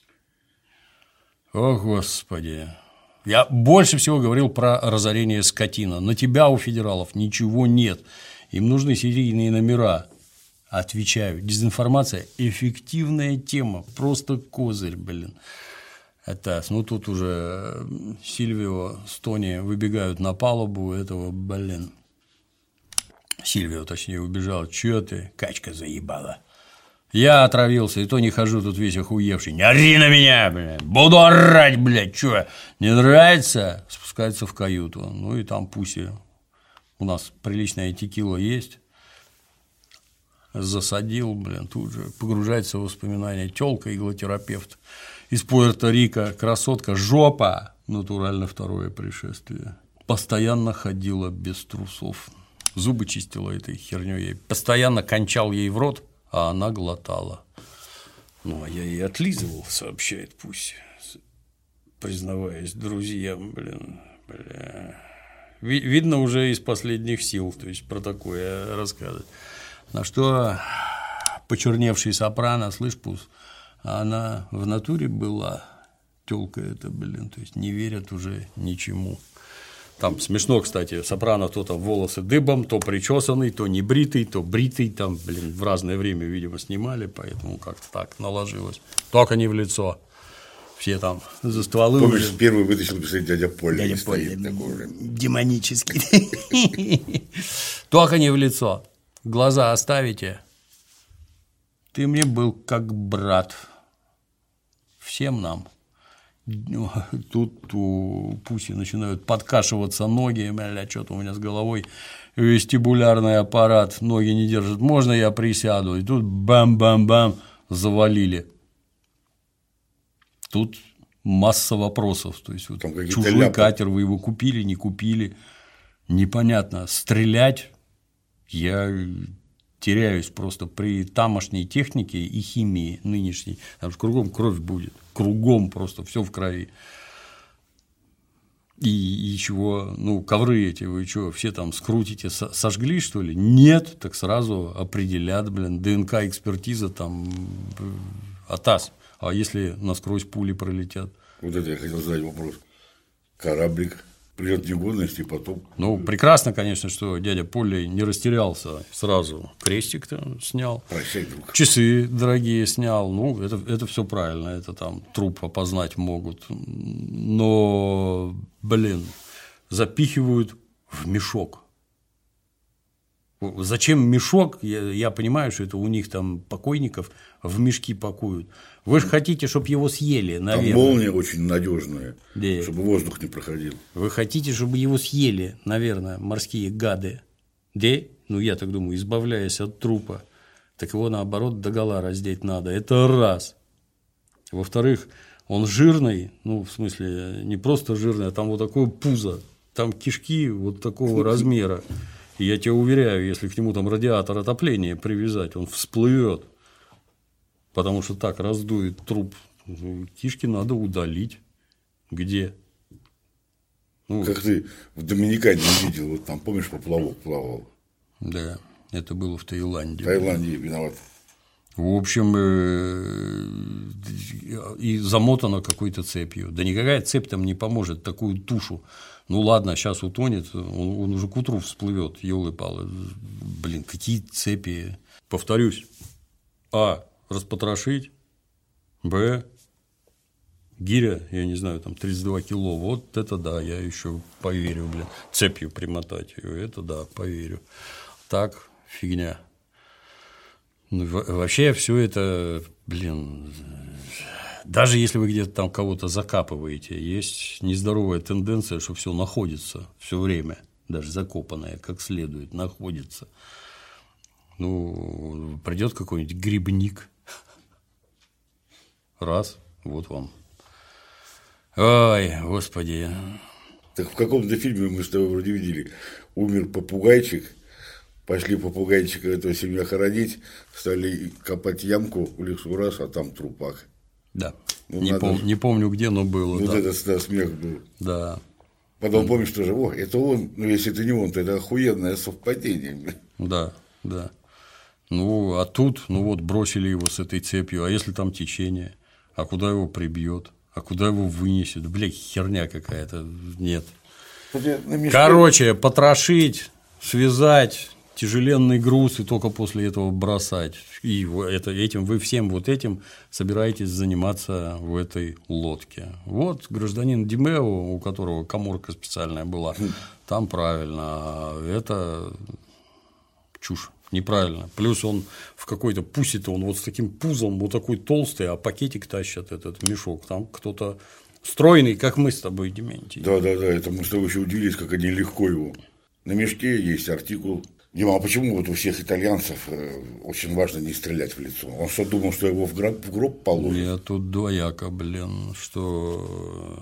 О, Господи. Я больше всего говорил про разорение скотина. На тебя у федералов ничего нет. Им нужны серийные номера. Отвечаю. Дезинформация – эффективная тема. Просто козырь, блин. Это, ну, тут уже Сильвио с Тони выбегают на палубу этого, блин. Сильвио, точнее, убежал. Чё ты? Качка заебала. Я отравился, и то не хожу тут весь охуевший. Не ори на меня, блядь. Буду орать, блядь. Чё? Не нравится? Спускается в каюту. Ну и там Пусси. У нас приличная текила есть. Засадил, блин, тут же погружается в воспоминания. Тёлка, иглотерапевт из Пуэрто-Рико, красотка, жопа. Натурально второе пришествие. Постоянно ходила без трусов. Зубы чистила этой хернёй. Постоянно кончал ей в рот, а она глотала. Ну, а я ей отлизывал, сообщает Пусси, признаваясь друзьям, блин, бля. Видно уже из последних сил, то есть про такое рассказывать. На что почерневший сопрано, слышь, Пус, она в натуре была, тёлка эта, блин, то есть не верят уже ничему. Там смешно, кстати, сопрано то там волосы дыбом, то причесанный, то не бритый, то бритый, там, блин, в разное время, видимо, снимали, поэтому как-то так наложилось. Только не в лицо. Все там за стволы. Помнишь, уже... первый вытащил писать дядя Поля. Дядя Поля, демонический. Только не в лицо. Глаза оставите. Ты мне был как брат. Всем нам. Тут у Пусси начинают подкашиваться ноги, бля, что-то у меня с головой вестибулярный аппарат, ноги не держат, можно я присяду? И тут бам-бам-бам завалили. Тут масса вопросов, то есть вот чужой ляпы. Катер, вы его купили, не купили, непонятно, стрелять я теряюсь просто при тамошней технике и химии нынешней. Потому что кругом кровь будет. Кругом просто все в крови. И, и чего? Ну, ковры эти вы что, все там скрутите, сожгли, что ли? Нет, так сразу определят, блин, ДНК-экспертиза там АТАС. А если насквозь пули пролетят? Вот это я хотел задать вопрос. Кораблик придет в негодность, и потом… Ну, прекрасно, конечно, что дядя Поля не растерялся, сразу крестик-то снял, Прощай, друг. Часы дорогие снял, ну, это, это все правильно, это там труп опознать могут, но, блин, запихивают в мешок. Зачем мешок? Я, я понимаю, что это у них там покойников в мешки пакуют. Вы же хотите, чтобы его съели, наверное. Там молния очень надежная, да. Чтобы воздух не проходил. Вы хотите, чтобы его съели, наверное, морские гады. Да? Ну, я так думаю, избавляясь от трупа, так его, наоборот, догола раздеть надо. Это раз. Во-вторых, он жирный, ну, в смысле, не просто жирный, а там вот такое пузо, там кишки вот такого размера. И я тебя уверяю, если к нему там радиатор отопления привязать, он всплывет, потому что так раздует труп. Кишки надо удалить. Где? Ну, как ты в Доминикане видел, вот там, помнишь, поплавок плавал? Да, это было в Таиланде. В Таиланде виноват. В общем, и замотано какой-то цепью. Да никакая цепь там не поможет, такую тушу. Ну ладно, сейчас утонет, он, он уже к утру всплывет, елы-палы. Блин, какие цепи. Повторюсь. А. Распотрошить. Б. Гиря, я не знаю, там тридцать два кило. Вот это да, я еще поверю, блин. Цепью примотать ее, это да, поверю. Так, фигня. Ну, вообще все это, блин, даже если вы где-то там кого-то закапываете, есть нездоровая тенденция, что все находится все время, даже закопанное как следует, находится. Ну, придет какой-нибудь грибник, раз, вот вам. Ой, господи. Так в каком-то фильме мы с тобой вроде видели, умер попугайчик. Пошли попугайчика этого семья хоронить, стали копать ямку в лесу, раз, а там трупак. Да, ну, не, пом- не помню где, но было. Вот да. это да, смех был. Да. Потом mm. помнишь тоже, о, это он, ну если это не он, то это охуенное совпадение. Да, да. Ну, а тут, ну вот, бросили его с этой цепью, а если там течение, а куда его прибьет, а куда его вынесет, блядь, херня какая-то, нет. Короче, потрошить, связать, тяжеленный груз и только после этого бросать. И это, этим, вы всем вот этим собираетесь заниматься в этой лодке. Вот гражданин Димео, у которого каморка специальная была, там правильно, это чушь. Неправильно. Плюс он в какой-то пусе-то, он вот с таким пузом, вот такой толстый, а пакетик тащит этот мешок. Там кто-то стройный, как мы с тобой, Дементий. Да, да, да. Это мы с тобой еще удивились, как они легко его. На мешке есть артикул. Дима, а почему вот у всех итальянцев очень важно не стрелять в лицо? Он что, думал, что его в гроб, в гроб положат? Я тут двояко, блин, что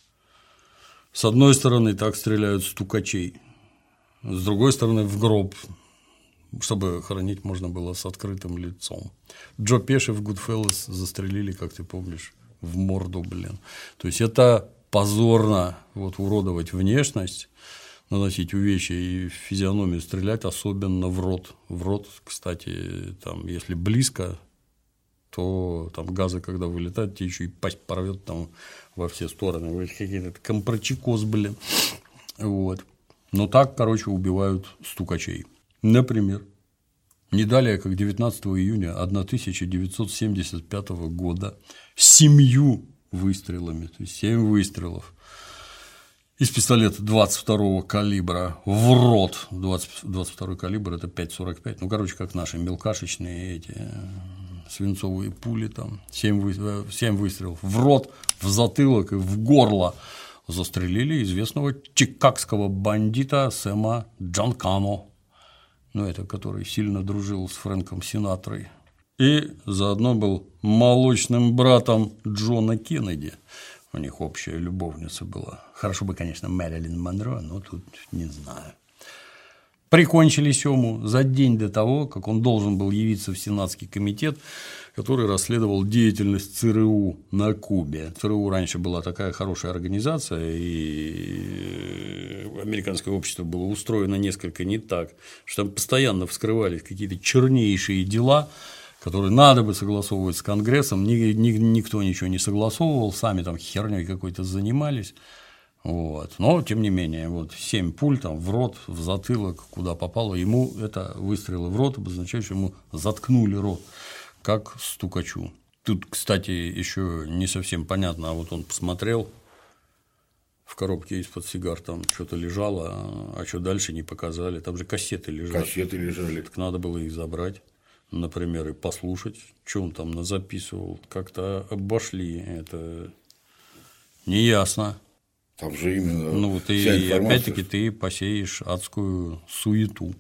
с одной стороны так стреляют стукачей, с другой стороны в гроб, чтобы хоронить можно было с открытым лицом. Джо Пеши в Goodfellas застрелили, как ты помнишь, в морду, блин. То есть это позорно, вот уродовать внешность, наносить увечья и в физиономию стрелять, особенно в рот. В рот, кстати, там, если близко, то там газы, когда вылетают, тебе еще и пасть порвет там во все стороны. Вот какие-то компрочекоз, блин. Вот. Но так, короче, убивают стукачей. Например, не далее, как девятнадцатого июня тысяча девятьсот семьдесят пятого года семью выстрелами, то есть семь выстрелов из пистолета двадцать второго калибра в рот. двадцать, двадцать второй калибр – это пять сорок пять. Ну, короче, как наши мелкашечные эти свинцовые пули там. семь выстрелов в рот, в затылок и в горло застрелили известного чикагского бандита Сэма Джанкано. Ну, это который сильно дружил с Фрэнком Синатрой. И заодно был молочным братом Джона Кеннеди. У них общая любовница была. Хорошо бы, конечно, Мэрилин Монро, но тут не знаю. Прикончили Сему за день до того, как он должен был явиться в Сенатский комитет, который расследовал деятельность ЦРУ на Кубе. ЦРУ раньше была такая хорошая организация, и американское общество было устроено несколько не так, что там постоянно вскрывались какие-то чернейшие дела, которые надо бы согласовывать с Конгрессом, никто ничего не согласовывал, сами там херней какой-то занимались. Вот. Но, тем не менее, вот семь пуль там в рот, в затылок, куда попало, ему это выстрелы в рот обозначают, что ему заткнули рот, как стукачу. Тут, кстати, еще не совсем понятно, а вот он посмотрел, в коробке из-под сигар там что-то лежало, а что дальше не показали, там же кассеты лежали. Кассеты лежали. Так надо было их забрать, например, и послушать, что он там назаписывал, как-то обошли, это неясно. Там же именно ну, вот и опять-таки ты посеешь адскую суету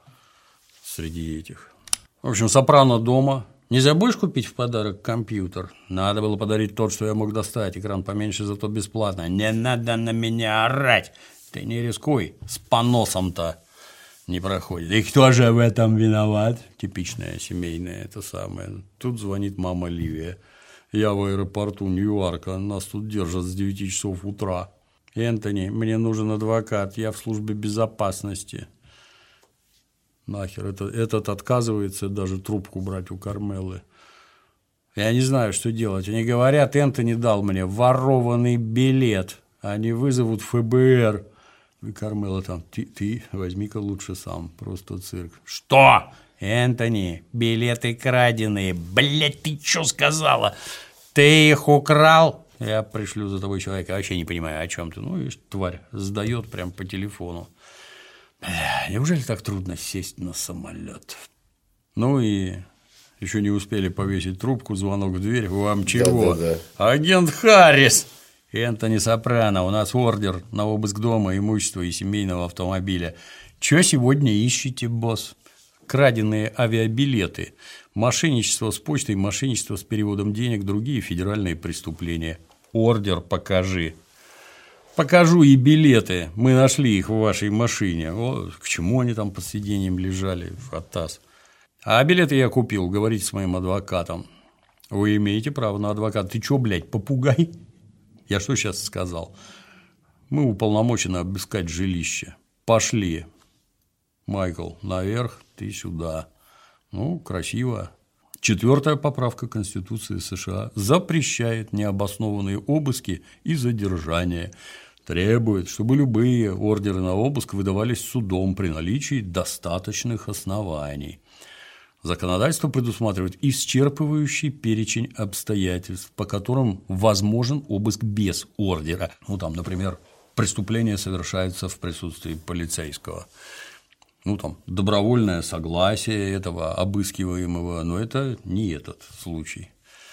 среди этих. В общем, Сопрано дома. Не забудешь купить в подарок компьютер? Надо было подарить тот, что я мог достать. Экран поменьше, зато бесплатно. Не надо на меня орать. Ты не рискуй. С поносом-то не проходит. И кто же в этом виноват? Типичная семейная это самое. Тут звонит мама Ливия. Я в аэропорту Ньюарка. Нас тут держат с девяти часов утра. Энтони, мне нужен адвокат, я в службе безопасности. Нахер, это, этот отказывается даже трубку брать у Кармелы. Я не знаю, что делать. Они говорят, Энтони дал мне ворованный билет, они вызовут эф бэ эр. И Кармела там, ты, ты возьми-ка лучше сам, просто цирк. Что? Энтони, билеты краденые. Блядь, ты что сказала? Ты их украл? Я пришлю за тобой человека, вообще не понимаю, о чем ты. Ну, и тварь сдает прям по телефону. Бля, неужели так трудно сесть на самолет? Ну и еще не успели повесить трубку, звонок в дверь. Вам чего? Да, да, да. Агент Харрис! Энтони Сопрано, у нас ордер на обыск дома, имущества и семейного автомобиля. Че сегодня ищете, босс? Краденые авиабилеты, мошенничество с почтой, мошенничество с переводом денег, другие федеральные преступления. Ордер покажи. Покажу и билеты. Мы нашли их в вашей машине. О, к чему они там под сиденьем лежали? Фантаз. А билеты я купил, говорите с моим адвокатом. Вы имеете право на адвоката. Ты чё, блядь, попугай? Я что сейчас сказал? Мы уполномочены обыскать жилище. Пошли. Майкл, наверх, ты сюда. Ну, красиво. Четвертая поправка Конституции США запрещает необоснованные обыски и задержания. Требует, чтобы любые ордеры на обыск выдавались судом при наличии достаточных оснований. Законодательство предусматривает исчерпывающий перечень обстоятельств, по которым возможен обыск без ордера. Ну, там, например, преступление совершается в присутствии полицейского. Ну, там, добровольное согласие этого обыскиваемого, но это не этот случай.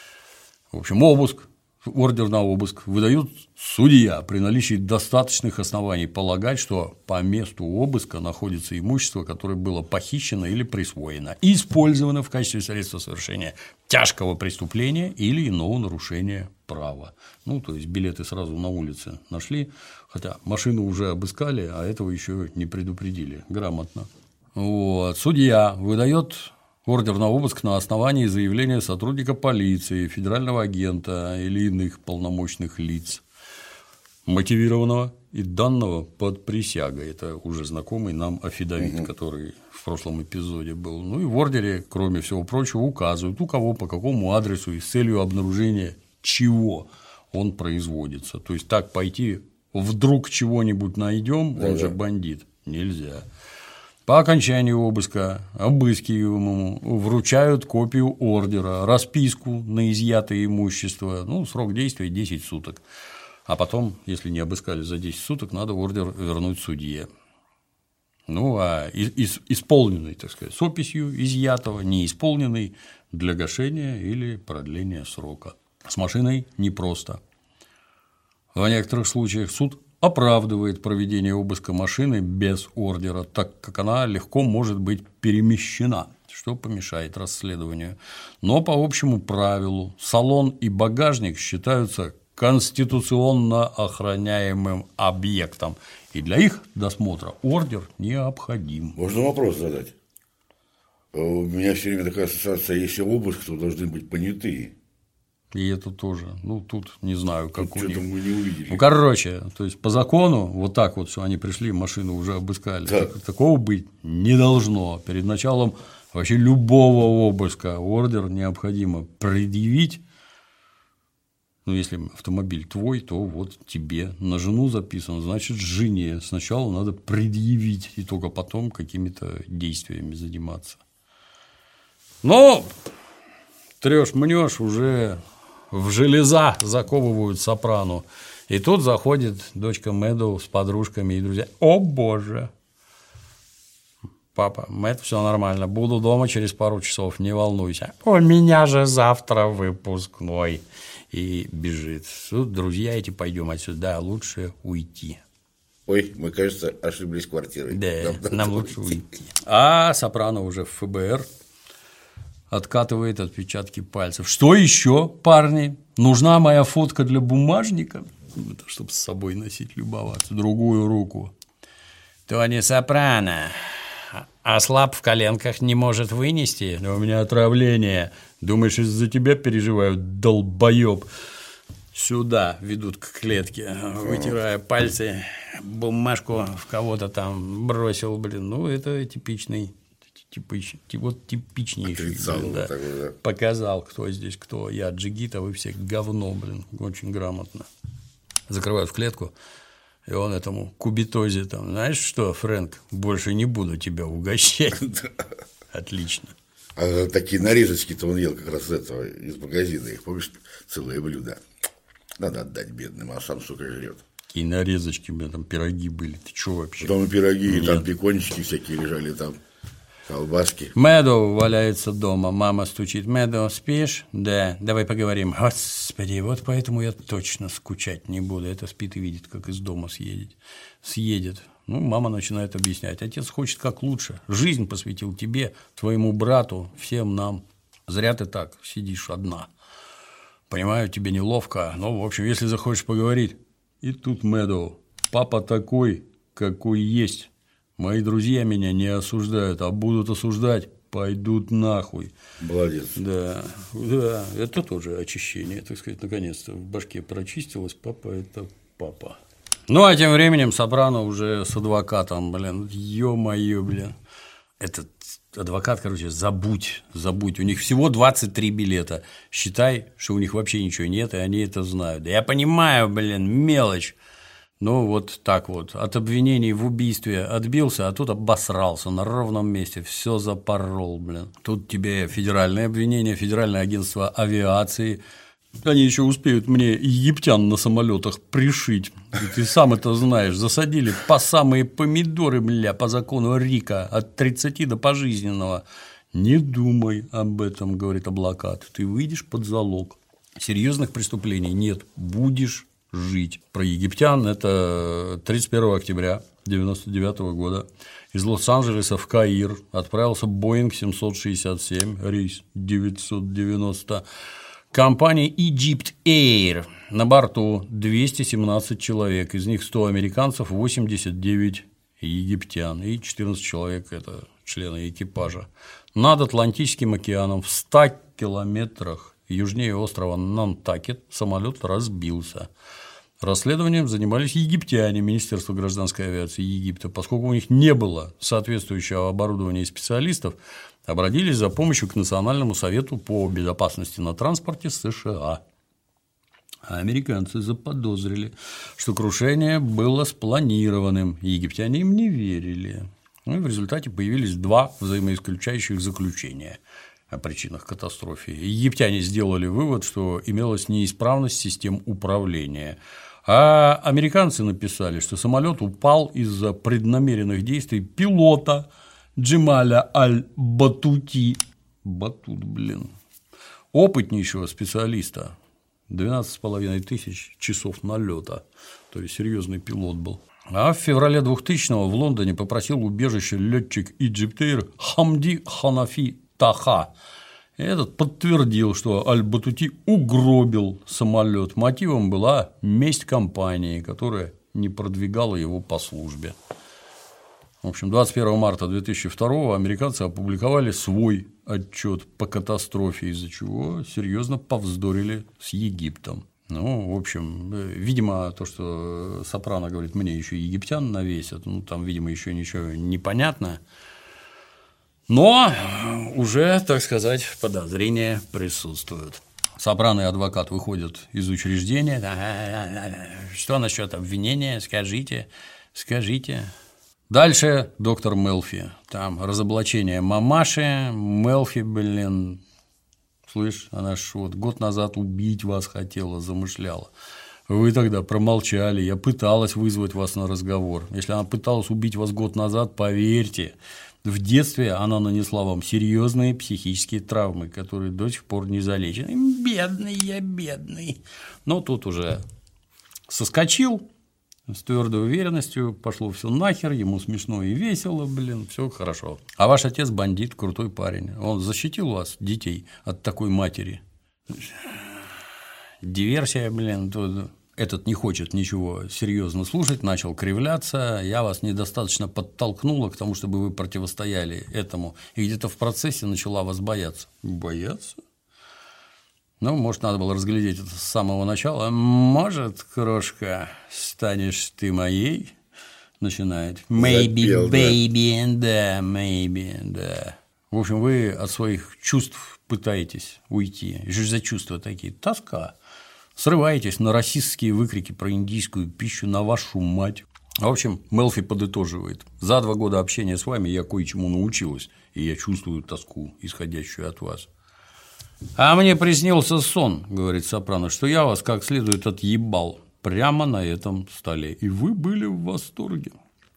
В общем, обыск, ордер на обыск выдают судья при наличии достаточных оснований полагать, что по месту обыска находится имущество, которое было похищено или присвоено и использовано в качестве средства совершения тяжкого преступления или иного нарушения права. Ну, то есть билеты сразу на улице нашли, хотя машину уже обыскали, а этого еще не предупредили. Грамотно. Вот. Судья выдает ордер на обыск на основании заявления сотрудника полиции, федерального агента или иных полномочных лиц, мотивированного и данного под присягой. Это уже знакомый нам аффидавит, угу. который в прошлом эпизоде был. Ну и в ордере, кроме всего прочего, указывают, у кого, по какому адресу и с целью обнаружения чего он производится. То есть так пойти, вдруг чего-нибудь найдем, он да, же бандит, нельзя. По окончании обыска обыскиваемому вручают копию ордера, расписку на изъятое имущество, ну, срок действия десять суток. А потом, если не обыскали за десять суток, надо ордер вернуть судье. Ну, а исполненный, так сказать, с описью изъятого, неисполненный для гашения или продления срока. С машиной непросто. В некоторых случаях суд оправдывает проведение обыска машины без ордера, так как она легко может быть перемещена, что помешает расследованию. Но по общему правилу салон и багажник считаются конституционно охраняемым объектам. И для их досмотра ордер необходим. Можно вопрос задать? У меня все время такая ассоциация, если обыск, то должны быть понятые. И это тоже. Ну, тут не знаю, как тут у них. Мы не увидели. Ну, короче, то есть по закону вот так вот, что они пришли, машину уже обыскали. Да. Такого быть не должно. Перед началом вообще любого обыска ордер необходимо предъявить. Ну, если автомобиль твой, то вот тебе. На жену записан, значит, жене. Сначала надо предъявить, и только потом какими-то действиями заниматься. Но трёшь-мнёшь, уже в железа заковывают Сопрано. И тут заходит дочка Мэдоу с подружками и друзьями. О, боже! Папа, Мэтт, все нормально. Буду дома через пару часов, не волнуйся. У меня же завтра выпускной. И бежит. Тут, друзья эти, пойдем отсюда, лучше уйти. Ой, мы, кажется, ошиблись квартирой. Да, нам, нам лучше уйти. А Сопрано уже в эф бэ эр откатывает отпечатки пальцев. Что еще, парни? Нужна моя фотка для бумажника, чтобы с собой носить, любоваться. Другую руку. Тони Сопрано. Ослаб в коленках, не может вынести. Но у меня отравление. Думаешь, из-за тебя переживаю, долбоеб? Сюда ведут к клетке, вытирая пальцы, бумажку в кого-то там бросил, блин. Ну, это типичный, типич, вот типичнейший. Блин, да. Такой, да. Показал, кто здесь кто. Я Джигит, а вы все говно, блин. Очень грамотно. Закрывают в клетку. И он этому кубитозе там, знаешь что, Фрэнк, больше не буду тебя угощать. Отлично. А такие нарезочки-то он ел как раз этого из магазина. Их, помнишь, целые блюда. Надо отдать бедным, а сам, сука, жрет. Какие нарезочки, у меня там пироги были. Ты чё вообще? Потом и пироги, и там бекончики всякие лежали, там колбаски. Мэдоу валяется дома. Мама стучит. Мэдоу, спишь? Да. Давай поговорим. Господи, вот поэтому я точно скучать не буду. Это спит и видит, как из дома съедет. Съедет. Ну, мама начинает объяснять. Отец хочет как лучше. Жизнь посвятил тебе, твоему брату, всем нам. Зря ты так сидишь одна. Понимаю, тебе неловко. Но, в общем, если захочешь поговорить. И тут Мэдоу. Папа такой, какой есть. Мои друзья меня не осуждают, а будут осуждать, пойдут нахуй. Молодец. Да, да, это тоже очищение, так сказать, наконец-то в башке прочистилось. Папа – это папа. Ну, а тем временем Сопрано уже с адвокатом, блин, ё-моё, блин. Этот адвокат, короче, забудь, забудь. У них всего двадцать три билета. Считай, что у них вообще ничего нет, и они это знают. Да я понимаю, блин, мелочь. Ну, вот так вот. От обвинений в убийстве отбился, а тут обосрался на ровном месте. Все запорол, блин. Тут тебе федеральное обвинение, Федеральное агентство авиации. Они еще успеют мне египтян на самолетах пришить. И ты сам это знаешь. Засадили по самые помидоры, бля, по закону Рика. От тридцати до пожизненного. Не думай об этом, говорит адвокат. Ты выйдешь под залог. Серьезных преступлений нет. Будешь жить. Про египтян это тридцать первого октября девяносто девятого года из Лос-Анджелеса в Каир отправился Боинг семьсот шестьдесят семь, рейс девятьсот девяносто, компании Egypt Air. На борту двести семнадцать человек, из них сто американцев, восемьдесят девять египтян и четырнадцать человек – это члены экипажа. Над Атлантическим океаном в ста километрах южнее острова Нантакет самолет разбился. Расследованием занимались египтяне, Министерство гражданской авиации Египта. Поскольку у них не было соответствующего оборудования и специалистов, обратились за помощью к Национальному совету по безопасности на транспорте США. А американцы заподозрили, что крушение было спланированным. Египтяне им не верили. Ну, и в результате появились два взаимоисключающих заключения о причинах катастрофы. Египтяне сделали вывод, что имелась неисправность систем управления, а американцы написали, что самолет упал из-за преднамеренных действий пилота Джемаля Аль-Батути. Батут, блин. Опытнейшего специалиста. двенадцать с половиной тысяч часов налета. То есть серьезный пилот был. А в феврале двухтысячного в Лондоне попросил убежище летчик Egypt Air Хамди Ханафи Таха. Этот подтвердил, что Аль-Батути угробил самолет. Мотивом была месть компании, которая не продвигала его по службе. В общем, двадцать первого марта две тысячи второго американцы опубликовали свой отчет по катастрофе, из-за чего серьезно повздорили с Египтом. Ну, в общем, видимо, то, что Сопрано говорит, мне еще египтян навесят, ну, там, видимо, еще ничего не понятно. Но уже, так сказать, подозрения присутствуют. Сопрано и адвокат выходят из учреждения. Что насчет обвинения? Скажите, скажите. Дальше доктор Мелфи. Там разоблачение мамаши. Мелфи, блин, слышь, она ж вот год назад убить вас хотела, замышляла. Вы тогда промолчали, я пыталась вызвать вас на разговор. Если она пыталась убить вас год назад, поверьте, в детстве она нанесла вам серьезные психические травмы, которые до сих пор не залечены. Бедный я, бедный. Но тут уже соскочил с твердой уверенностью, пошло все нахер, ему смешно и весело, блин, все хорошо. А ваш отец бандит, крутой парень. Он защитил вас, детей, от такой матери. Диверсия, блин, тут этот не хочет ничего серьезно слушать, начал кривляться. Я вас недостаточно подтолкнула к тому, чтобы вы противостояли этому. И где-то в процессе начала вас бояться. Бояться? Ну, может, надо было разглядеть это с самого начала. Может, крошка, станешь ты моей? Начинает. Maybe, Запел, baby, да, maybe, да. В общем, вы от своих чувств пытаетесь уйти. Что же за чувства такие? Тоска. Срываетесь на расистские выкрики про индийскую пищу, на вашу мать. В общем, Мелфи подытоживает. За два года общения с вами я кое-чему научилась, и я чувствую тоску, исходящую от вас. А мне приснился сон, говорит Сопрано, что я вас как следует отъебал прямо на этом столе. И вы были в восторге.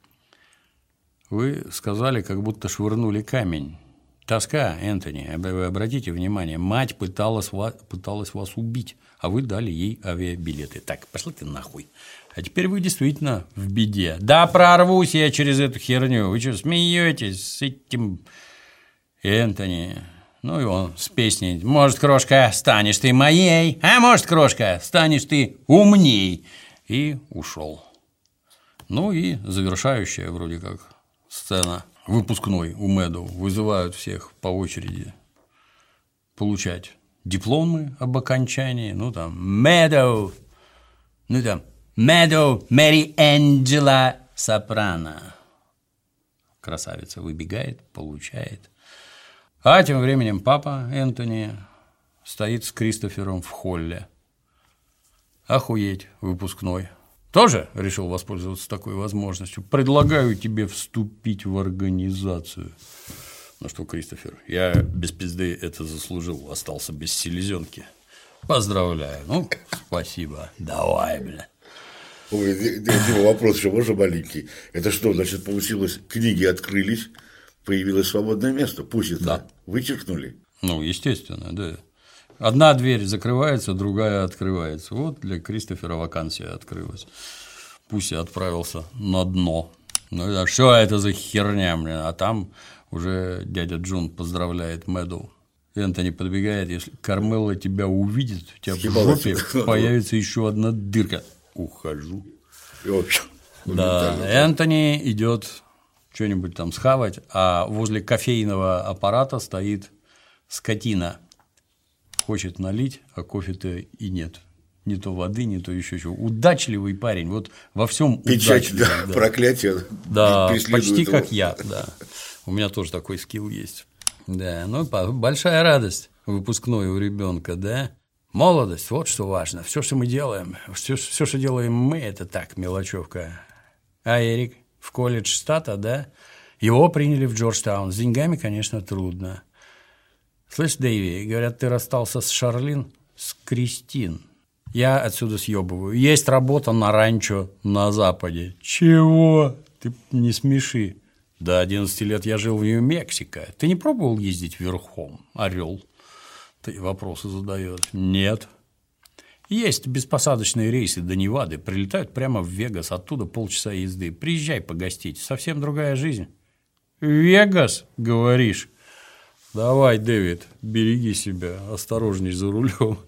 Вы сказали, как будто швырнули камень. Тоска, Энтони, вы обратите внимание, мать пыталась вас, пыталась вас убить, а вы дали ей авиабилеты. Так, пошли ты нахуй. А теперь вы действительно в беде. Да прорвусь я через эту херню. Вы что, смеетесь с этим Энтони? Ну и он с песней. Может, крошка, станешь ты моей, а может, крошка, станешь ты умней. И ушел. Ну и завершающая вроде как сцена. Выпускной у Мэдоу вызывают всех по очереди получать дипломы об окончании. Ну, там, Мэдоу, ну, там, Мэдоу Мэри Энджела Сопрано. Красавица выбегает, получает. А тем временем папа Энтони стоит с Кристофером в холле. Охуеть, выпускной. Тоже решил воспользоваться такой возможностью. Предлагаю тебе вступить в организацию. Ну что, Кристофер, я без пизды это заслужил, остался без селезенки. Поздравляю. Ну, спасибо. Давай, бля. Ой, Дима, вопрос еще можно маленький? Это что, значит, получилось, книги открылись, появилось свободное место, пусть это да. Вычеркнули? Ну, естественно, да. Одна дверь закрывается, другая открывается. Вот для Кристофера вакансия открылась. Пусть я отправился на дно. Ну, что это за херня, блин? А там уже дядя Джон поздравляет Мэдоу. Энтони подбегает, если Кармелла тебя увидит, у тебя в жопе появится еще одна дырка. Ухожу. Да, Энтони идет что-нибудь там схавать, а возле кофейного аппарата стоит скотина. Хочет налить, а кофе-то и нет. Не то воды, не то еще чего. Удачливый парень, вот во всем печать, удачливый. Да, да. Проклятие. Да, почти его. Как я, да. У меня тоже такой скилл есть. Да, ну, большая радость выпускной у ребенка, да. Молодость, вот что важно. Все, что мы делаем, все, все, что делаем мы, это так, мелочевка. А Эрик в колледж штата, да, его приняли в Джорджтаун. С деньгами, конечно, трудно. Слышь, Дэйви, говорят, ты расстался с Шарлин? С Кристин. Я отсюда съебываю. Есть работа на ранчо на Западе. Чего? Ты не смеши. До одиннадцати лет я жил в Нью-Мексико. Ты не пробовал ездить верхом, орел? Ты вопросы задает. Нет. Есть беспосадочные рейсы до Невады. Прилетают прямо в Вегас. Оттуда полчаса езды. Приезжай погостить. Совсем другая жизнь. Вегас, говоришь? Давай, Дэвид, береги себя, осторожней за рулем.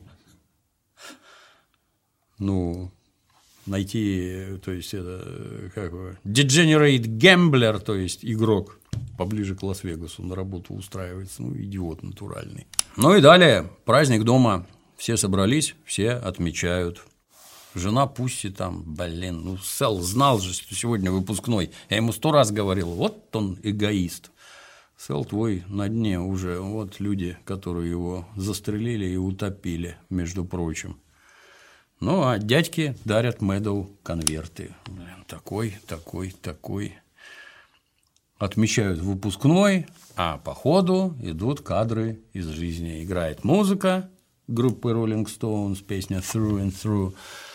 Ну, найти, то есть, это, как бы, degenerate gambler, то есть, игрок поближе к Лас-Вегасу на работу устраивается, ну, идиот натуральный. Ну и далее, праздник дома, все собрались, все отмечают. Жена Пусси там, блин, ну, Сэл знал же, что сегодня выпускной, я ему сто раз говорил, вот он эгоист. Сэл твой на дне уже, вот люди, которые его застрелили и утопили, между прочим. Ну, а дядьки дарят Мэдоу конверты. Блин, такой, такой, такой. Отмечают выпускной, а по ходу идут кадры из жизни. Играет музыка группы Rolling Stones, песня Through and Through.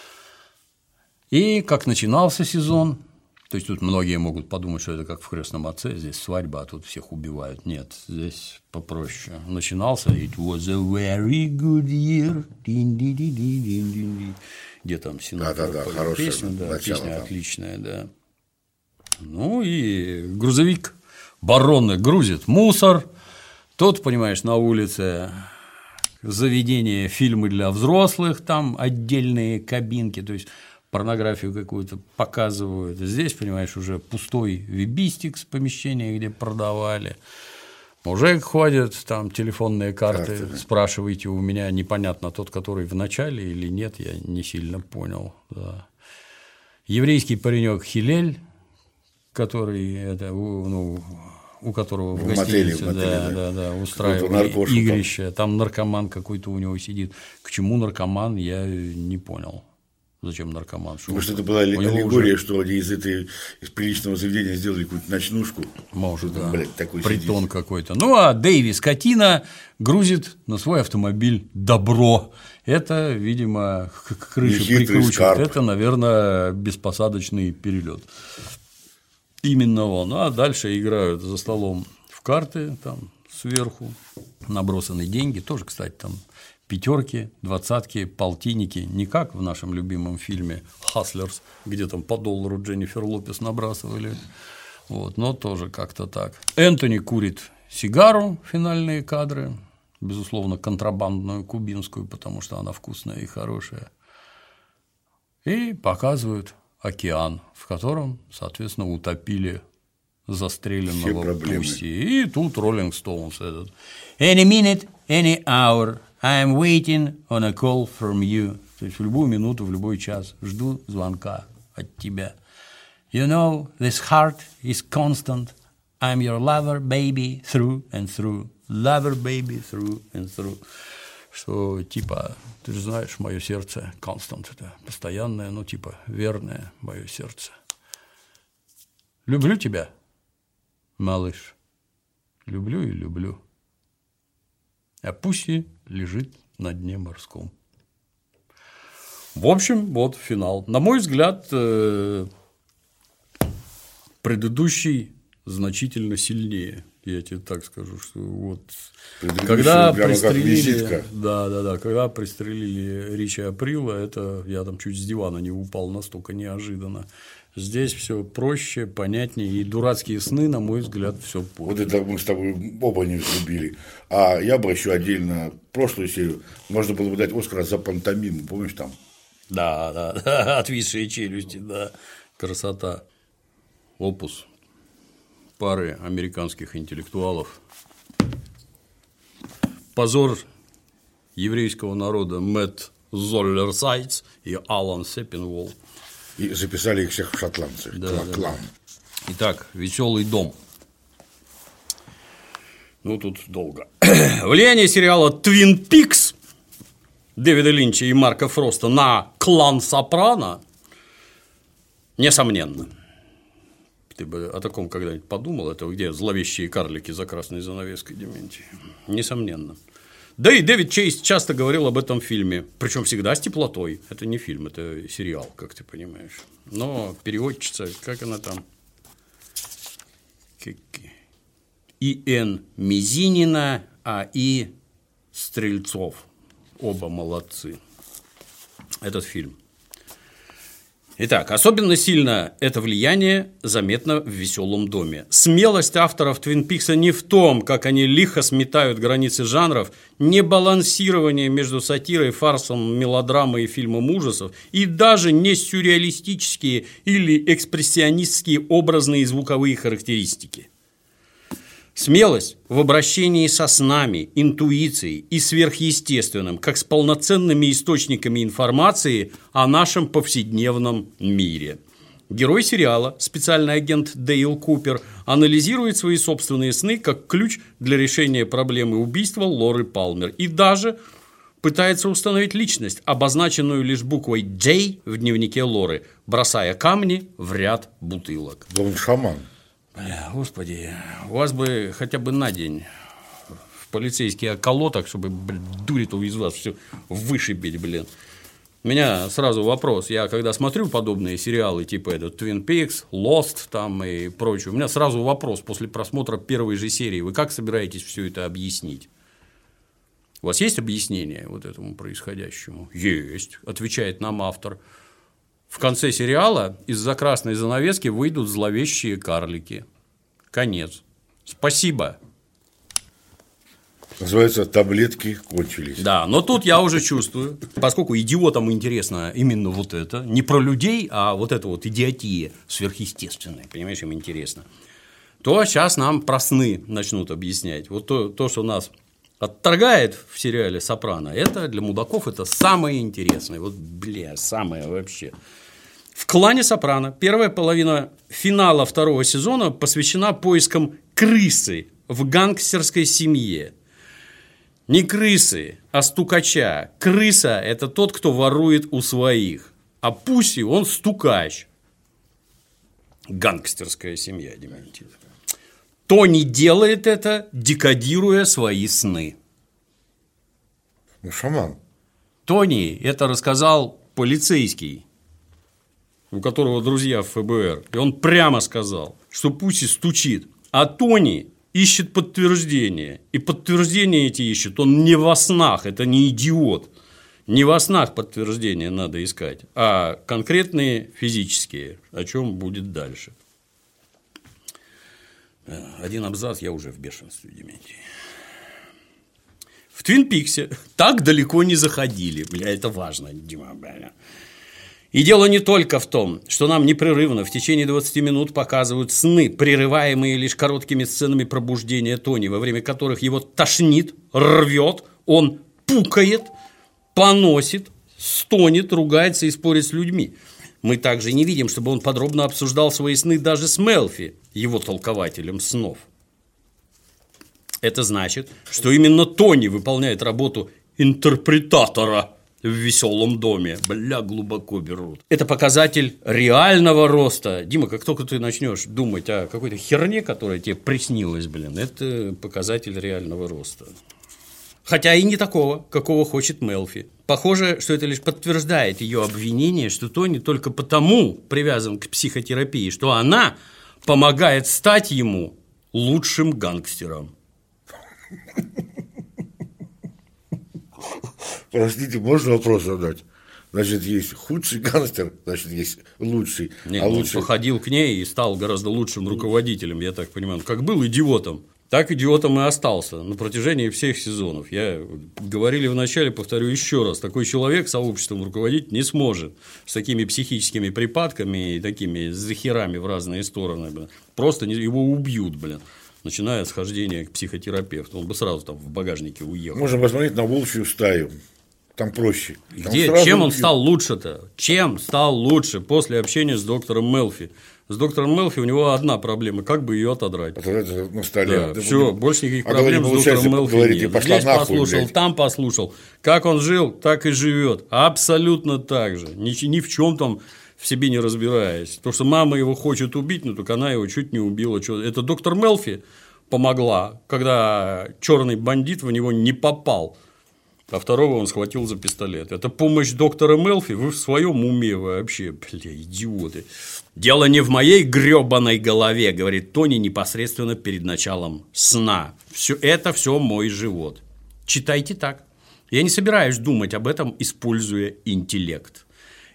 И как начинался сезон, то есть тут многие могут подумать, что это как в «Крестном отце», здесь свадьба, а тут всех убивают. Нет, здесь попроще. Начинался «It was a very good year», где там Синатра да, да, да, поет песню, да, начало, песня там. Отличная, да. Ну и грузовик бароны грузит мусор. Тут, понимаешь, на улице заведение, фильмы для взрослых, там отдельные кабинки, то есть порнографию какую-то показывают. Здесь, понимаешь, уже пустой вебистикс помещение, где продавали. Мужик ходит, там телефонные карты, карты, спрашиваете у меня, непонятно, тот, который в начале или нет, я не сильно понял. Да. Еврейский паренек Хилель, который, это, ну, у которого в, в гостинице мотеле, да, мотеле, да, да, да, устраивали игрище, там наркоман какой-то у него сидит. К чему наркоман, я не понял. Зачем наркоман? Что Может, это была аллегория, уже... что они из этой из приличного заведения сделали какую-то ночнушку. Может, да. Блядь, такой притон сидит. Какой-то. Ну, а Дэйви скотина грузит на свой автомобиль добро. Это, видимо, к крыше прикручивает. Это, наверное, беспосадочный перелет. Именно он. А дальше играют за столом в карты, там сверху набросаны деньги. Тоже, кстати, там пятерки, двадцатки, полтинники, не как в нашем любимом фильме «Хаслерс», где там по доллару Дженнифер Лопес набрасывали, вот, но тоже как-то так. Энтони курит сигару, финальные кадры, безусловно, контрабандную кубинскую, потому что она вкусная и хорошая, и показывают океан, в котором, соответственно, утопили застреленного Пусси. И тут Rolling Stones этот «Any minute, any hour, I'm waiting on a call from you». То есть в любую минуту, в любой час жду звонка от тебя. «You know, this heart is constant. I'm your lover, baby, through and through. Lover, baby, through and through». Что типа, ты же знаешь, мое сердце constant, это постоянное, ну типа верное мое сердце. Люблю тебя, малыш, люблю и люблю. А Пусси лежит на дне морском. В общем, вот финал. На мой взгляд, предыдущий значительно сильнее. Я тебе так скажу, что вот когда пристрелили, да, да, да, когда пристрелили Ричи Априла, это я там чуть с дивана не упал, настолько неожиданно. Здесь все проще, понятнее, и дурацкие сны, на мой взгляд, все поняли. Вот это мы с тобой оба не взлюбили. А я бы еще отдельно прошлую серию можно было бы дать Оскара за пантомиму, помнишь там? Да, да, да, отвисшие челюсти, да, красота. Опус пары американских интеллектуалов. Позор еврейского народа Мэтт Золлерсайдс и Алан Сеппинволл. И записали их всех в шотландцы. Да, да. Итак, «Веселый дом». Ну, тут долго. Влияние сериала «Твин Пикс» Дэвида Линча и Марка Фроста на клан Сопрано несомненно. Ты бы о таком когда-нибудь подумал? Это где зловещие карлики за красной занавеской, Дементий? Несомненно. Да и Дэвид Чейз часто говорил об этом фильме, причем всегда с теплотой. Это не фильм, это сериал, как ты понимаешь. Но переводчица, как она там? И Н. Мизинина, а И. Стрельцов. Оба молодцы. Этот фильм Итак, особенно сильно это влияние заметно в «Веселом доме». Смелость авторов «Твин Пикса» не в том, как они лихо сметают границы жанров, не балансирование между сатирой, фарсом, мелодрамой и фильмом ужасов, и даже не сюрреалистические или экспрессионистские образные и звуковые характеристики. Смелость в обращении со снами, интуицией и сверхъестественным, как с полноценными источниками информации о нашем повседневном мире. Герой сериала, специальный агент Дейл Купер, анализирует свои собственные сны как ключ для решения проблемы убийства Лоры Палмер и даже пытается установить личность, обозначенную лишь буквой J в дневнике Лоры, бросая камни в ряд бутылок. Он шаман. Бля, господи, у вас бы хотя бы на день в полицейский околоток, чтобы, блин, дури-то из вас все вышибить, блин. У меня сразу вопрос. Я когда смотрю подобные сериалы, типа этот Twin Peaks, Lost там и прочее, у меня сразу вопрос после просмотра первой же серии. Вы как собираетесь все это объяснить? У вас есть объяснение вот этому происходящему? Есть, отвечает нам автор. В конце сериала из-за красной занавески выйдут зловещие карлики. Конец. Спасибо. Называется «Таблетки кончились». Да, но тут я уже чувствую, поскольку идиотам интересно именно вот это, не про людей, а вот это вот идиотия сверхъестественная, понимаешь, им интересно, то сейчас нам про сны начнут объяснять. Вот то, то что нас отторгает в сериале «Сопрано», это для мудаков это самое интересное. Вот, бля, самое вообще. В «Клане Сопрано» первая половина финала второго сезона посвящена поискам крысы в гангстерской семье. Не крысы, а стукача. Крыса – это тот, кто ворует у своих, а Пусси – он стукач. Гангстерская семья, Дементьев. Тони делает это, декодируя свои сны. Ну, шаман. Тони это рассказал полицейский, у которого друзья в эф бэ эр. И он прямо сказал, что Пусси стучит, а Тони ищет подтверждение. И подтверждения эти ищет он не во снах, это не идиот. Не во снах подтверждения надо искать, а конкретные физические, о чем будет дальше. Один абзац, я уже в бешенстве, Дементий. В «Твин Пиксе» так далеко не заходили. Бля, это важно, Дима, бля. И дело не только в том, что нам непрерывно в течение двадцати минут показывают сны, прерываемые лишь короткими сценами пробуждения Тони, во время которых его тошнит, рвет, он пукает, поносит, стонет, ругается и спорит с людьми. Мы также не видим, чтобы он подробно обсуждал свои сны даже с Мелфи, его толкователем снов. Это значит, что именно Тони выполняет работу интерпретатора в «Веселом доме». Бля, глубоко берут. Это показатель реального роста. Дима, как только ты начнешь думать о какой-то херне, которая тебе приснилась, блин, это показатель реального роста. Хотя и не такого, какого хочет Мелфи. Похоже, что это лишь подтверждает ее обвинение, что Тони только потому привязан к психотерапии, что она помогает стать ему лучшим гангстером. Простите, можно вопрос задать? Значит, есть худший гангстер, значит, есть лучший. Нет, а он лучший... походил к ней и стал гораздо лучшим руководителем, я так понимаю. Как был идиотом, так идиотом и остался на протяжении всех сезонов. Я говорили вначале, повторю еще раз, такой человек сообществом руководить не сможет с такими психическими припадками и такими захерами в разные стороны. Блин. Просто его убьют, блин, начиная с хождения к психотерапевту. Он бы сразу там в багажнике уехал. Можно посмотреть на «Волчью стаю». Там проще. Там Где? Чем он убьют. Стал лучше-то? Чем стал лучше после общения с доктором Мелфи? С доктором Мелфи у него одна проблема – как бы ее отодрать. Отодрать на столе. Да, все, больше никаких а проблем с доктором Мелфи говорите, нет. Здесь нахуй, послушал, блядь. Там послушал. Как он жил, так и живет. Абсолютно так же. Ни, ни в чем там в себе не разбираясь. То, что мама его хочет убить, ну так она его чуть не убила. Это доктор Мелфи помогла, когда черный бандит в него не попал. А второго он схватил за пистолет. Это помощь доктора Мелфи? Вы в своем уме вообще, бля, идиоты. Дело не в моей гребаной голове, говорит Тони непосредственно перед началом сна. Все, это все мой живот. Читайте так. Я не собираюсь думать об этом, используя интеллект.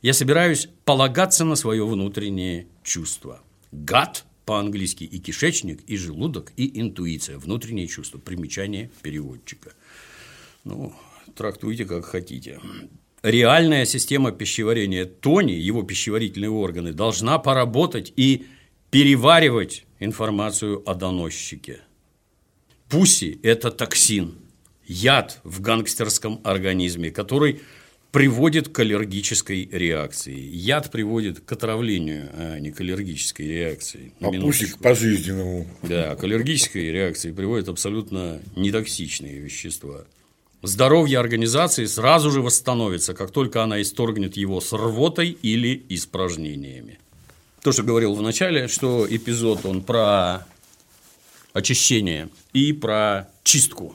Я собираюсь полагаться на свое внутреннее чувство. Гад по-английски и кишечник, и желудок, и интуиция. Внутреннее чувство. Примечание переводчика. Ну, трактуйте как хотите. Реальная система пищеварения Тони, его пищеварительные органы, должна поработать и переваривать информацию о доносчике. Пусси – это токсин, яд в гангстерском организме, который приводит к аллергической реакции. Яд приводит к отравлению, а не к аллергической реакции. А пусси к пожизненному. Да, к аллергической реакции приводят абсолютно нетоксичные вещества. Здоровье организации сразу же восстановится, как только она исторгнет его с рвотой или испражнениями. То, что говорил в начале, что эпизод он про очищение и про чистку.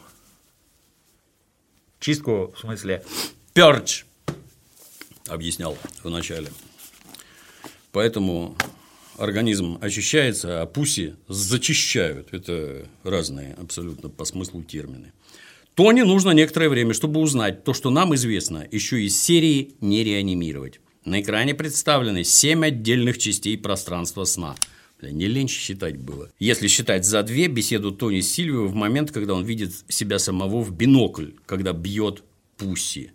Чистку в смысле purge, объяснял в начале. Поэтому организм очищается, а пусси зачищают. Это разные абсолютно по смыслу термины. Тони нужно некоторое время, чтобы узнать то, что нам известно еще из серии «Не реанимировать». На экране представлены семь отдельных частей пространства сна. Бля, не лень считать было. Если считать за две, беседу Тони с Сильвио в момент, когда он видит себя самого в бинокль, когда бьет Пусси.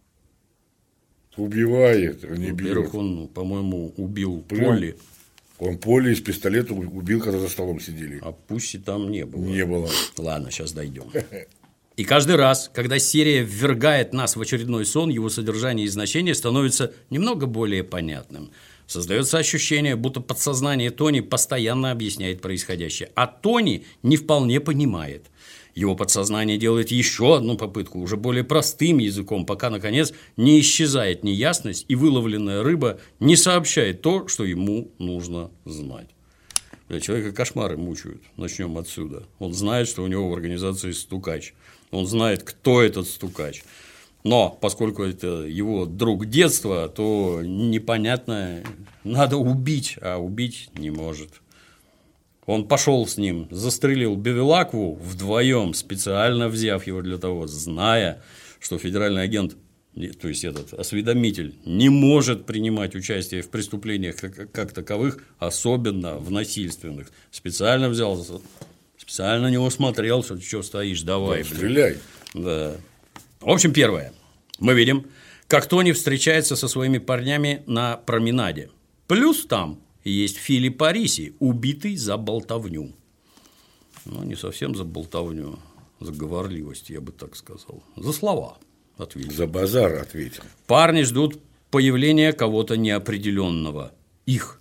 Убивает, а не бьет. Во-первых, он, по-моему, убил Прям... Полли. Он Полли из пистолета убил, когда за столом сидели. А Пусси там не было. Не было. Ладно, сейчас дойдем. И каждый раз, когда серия ввергает нас в очередной сон, его содержание и значение становится немного более понятным. Создается ощущение, будто подсознание Тони постоянно объясняет происходящее, а Тони не вполне понимает. Его подсознание делает еще одну попытку, уже более простым языком, пока, наконец, не исчезает неясность, и выловленная рыба не сообщает то, что ему нужно знать. Для человека кошмары мучают. Начнем отсюда. Он знает, что у него в организации стукач. Он знает, кто этот стукач. Но поскольку это его друг детства, то непонятно, надо убить, а убить не может. Он пошел с ним, застрелил Бевилакву вдвоем, специально взяв его для того, зная, что федеральный агент, то есть этот осведомитель, не может принимать участие в преступлениях как таковых, особенно в насильственных. Специально взял, специально на него смотрел, что ты что стоишь, давай. Да, стреляй. Да. В общем, первое. Мы видим, как Тони встречается со своими парнями на променаде. Плюс там есть Филипп Ариси, убитый за болтовню. Ну, не совсем за болтовню, за говорливость, я бы так сказал. За слова ответил. За базар ответил. Парни ждут появления кого-то неопределенного. Их.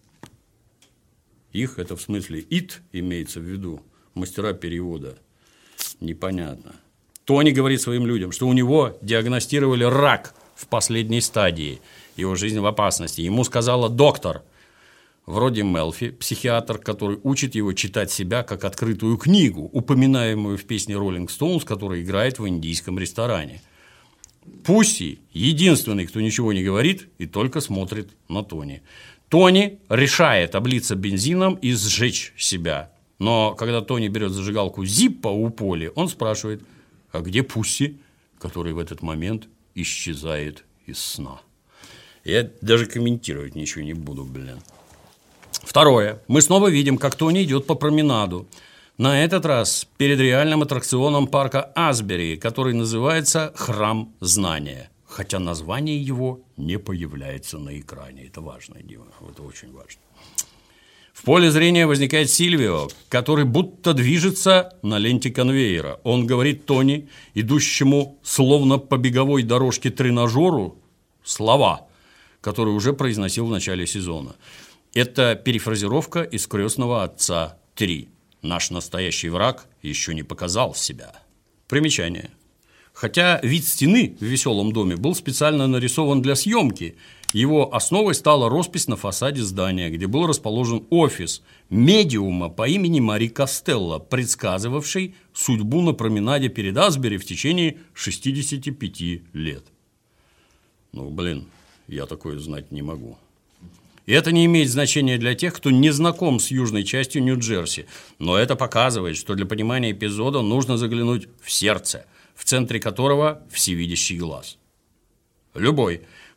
Их – это в смысле «ит» имеется в виду. Мастера перевода. Непонятно. Тони говорит своим людям, что у него диагностировали рак в последней стадии. Его жизнь в опасности. Ему сказала доктор, вроде Мелфи, психиатр, который учит его читать себя как открытую книгу, упоминаемую в песне Rolling Stones, которая играет в индийском ресторане. Пусси – единственный, кто ничего не говорит и только смотрит на Тони. Тони решает облиться бензином и сжечь себя. Но когда Тони берет зажигалку Зиппо у Поли, он спрашивает: а где Пусси, который в этот момент исчезает из сна? Я даже комментировать ничего не буду, блин. Второе. Мы снова видим, как Тони идет по променаду. На этот раз перед реальным аттракционом парка Асбери, который называется «Храм знания». Хотя название его не появляется на экране. Это важное дело. Это очень важно. В поле зрения возникает Сильвио, который будто движется на ленте конвейера. Он говорит Тони, идущему словно по беговой дорожке тренажеру, слова, которые уже произносил в начале сезона. Это перефразировка из «Крестного отца три». Наш настоящий враг еще не показал себя. Примечание. Хотя вид стены в «Веселом доме» был специально нарисован для съемки, его основой стала роспись на фасаде здания, где был расположен офис медиума по имени Мари Костелло, предсказывавший судьбу на променаде перед Асбери в течение шестидесяти пяти лет. Ну, блин, я такое знать не могу. И это не имеет значения для тех, кто не знаком с южной частью Нью-Джерси, но это показывает, что для понимания эпизода нужно заглянуть в сердце, в центре которого всевидящий глаз. Любой,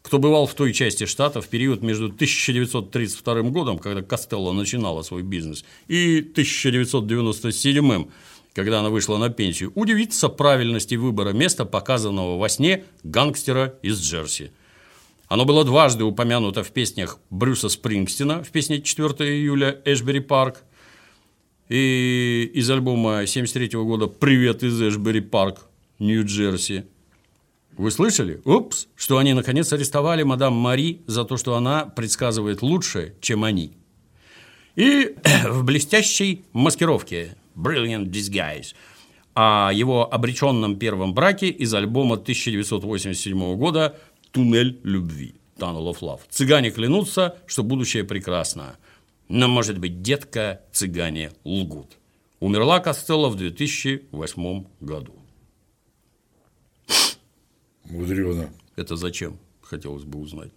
кто бывал в той части штата в период между тысяча девятьсот тридцать вторым годом, когда Костелло начинала свой бизнес, и тысяча девятьсот девяносто седьмым, когда она вышла на пенсию, удивится правильности выбора места, показанного во сне гангстера из Джерси. Оно было дважды упомянуто в песнях Брюса Спрингстина, в песне четвёртого июля «Эшбери парк», и из альбома семьдесят третьего года «Привет из Эшбери парк, Нью-Джерси». Вы слышали? Упс, что они наконец арестовали мадам Мари за то, что она предсказывает лучше, чем они. И в блестящей маскировке «Brilliant Disguise» о его обреченном первом браке из альбома тысяча девятьсот восемьдесят седьмого года «Туннель любви» «Tunnel of Love». Цыгане клянутся, что будущее прекрасно. Но, может быть, детка, цыгане лгут. Умерла Костелло в две тысячи восьмом году. Мудрено. Это зачем, хотелось бы узнать.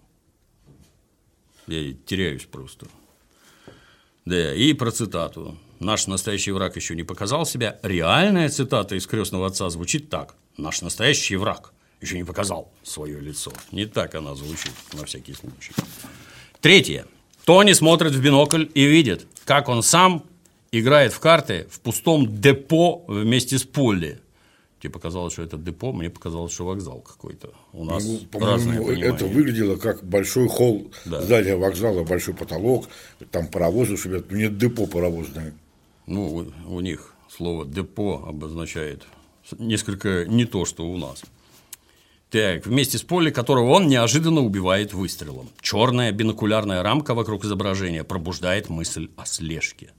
Я теряюсь просто. Да, и про цитату. «Наш настоящий враг еще не показал себя». Реальная цитата из «Крестного отца» звучит так. «Наш настоящий враг еще не показал свое лицо». Не так она звучит, на всякий случай. Третье. Тони смотрит в бинокль и видит, как он сам играет в карты в пустом депо вместе с Полли. Тебе показалось, что это депо, мне показалось, что вокзал какой-то. У нас ну, разные понимания. Это выглядело как большой холл, да. Здание вокзала, большой потолок, там паровозы шумят. Нет, депо паровозное. Ну, у, у них слово депо обозначает несколько не то, что у нас. Так, вместе с Полли, которого он неожиданно убивает выстрелом. Черная бинокулярная рамка вокруг изображения пробуждает мысль о слежке.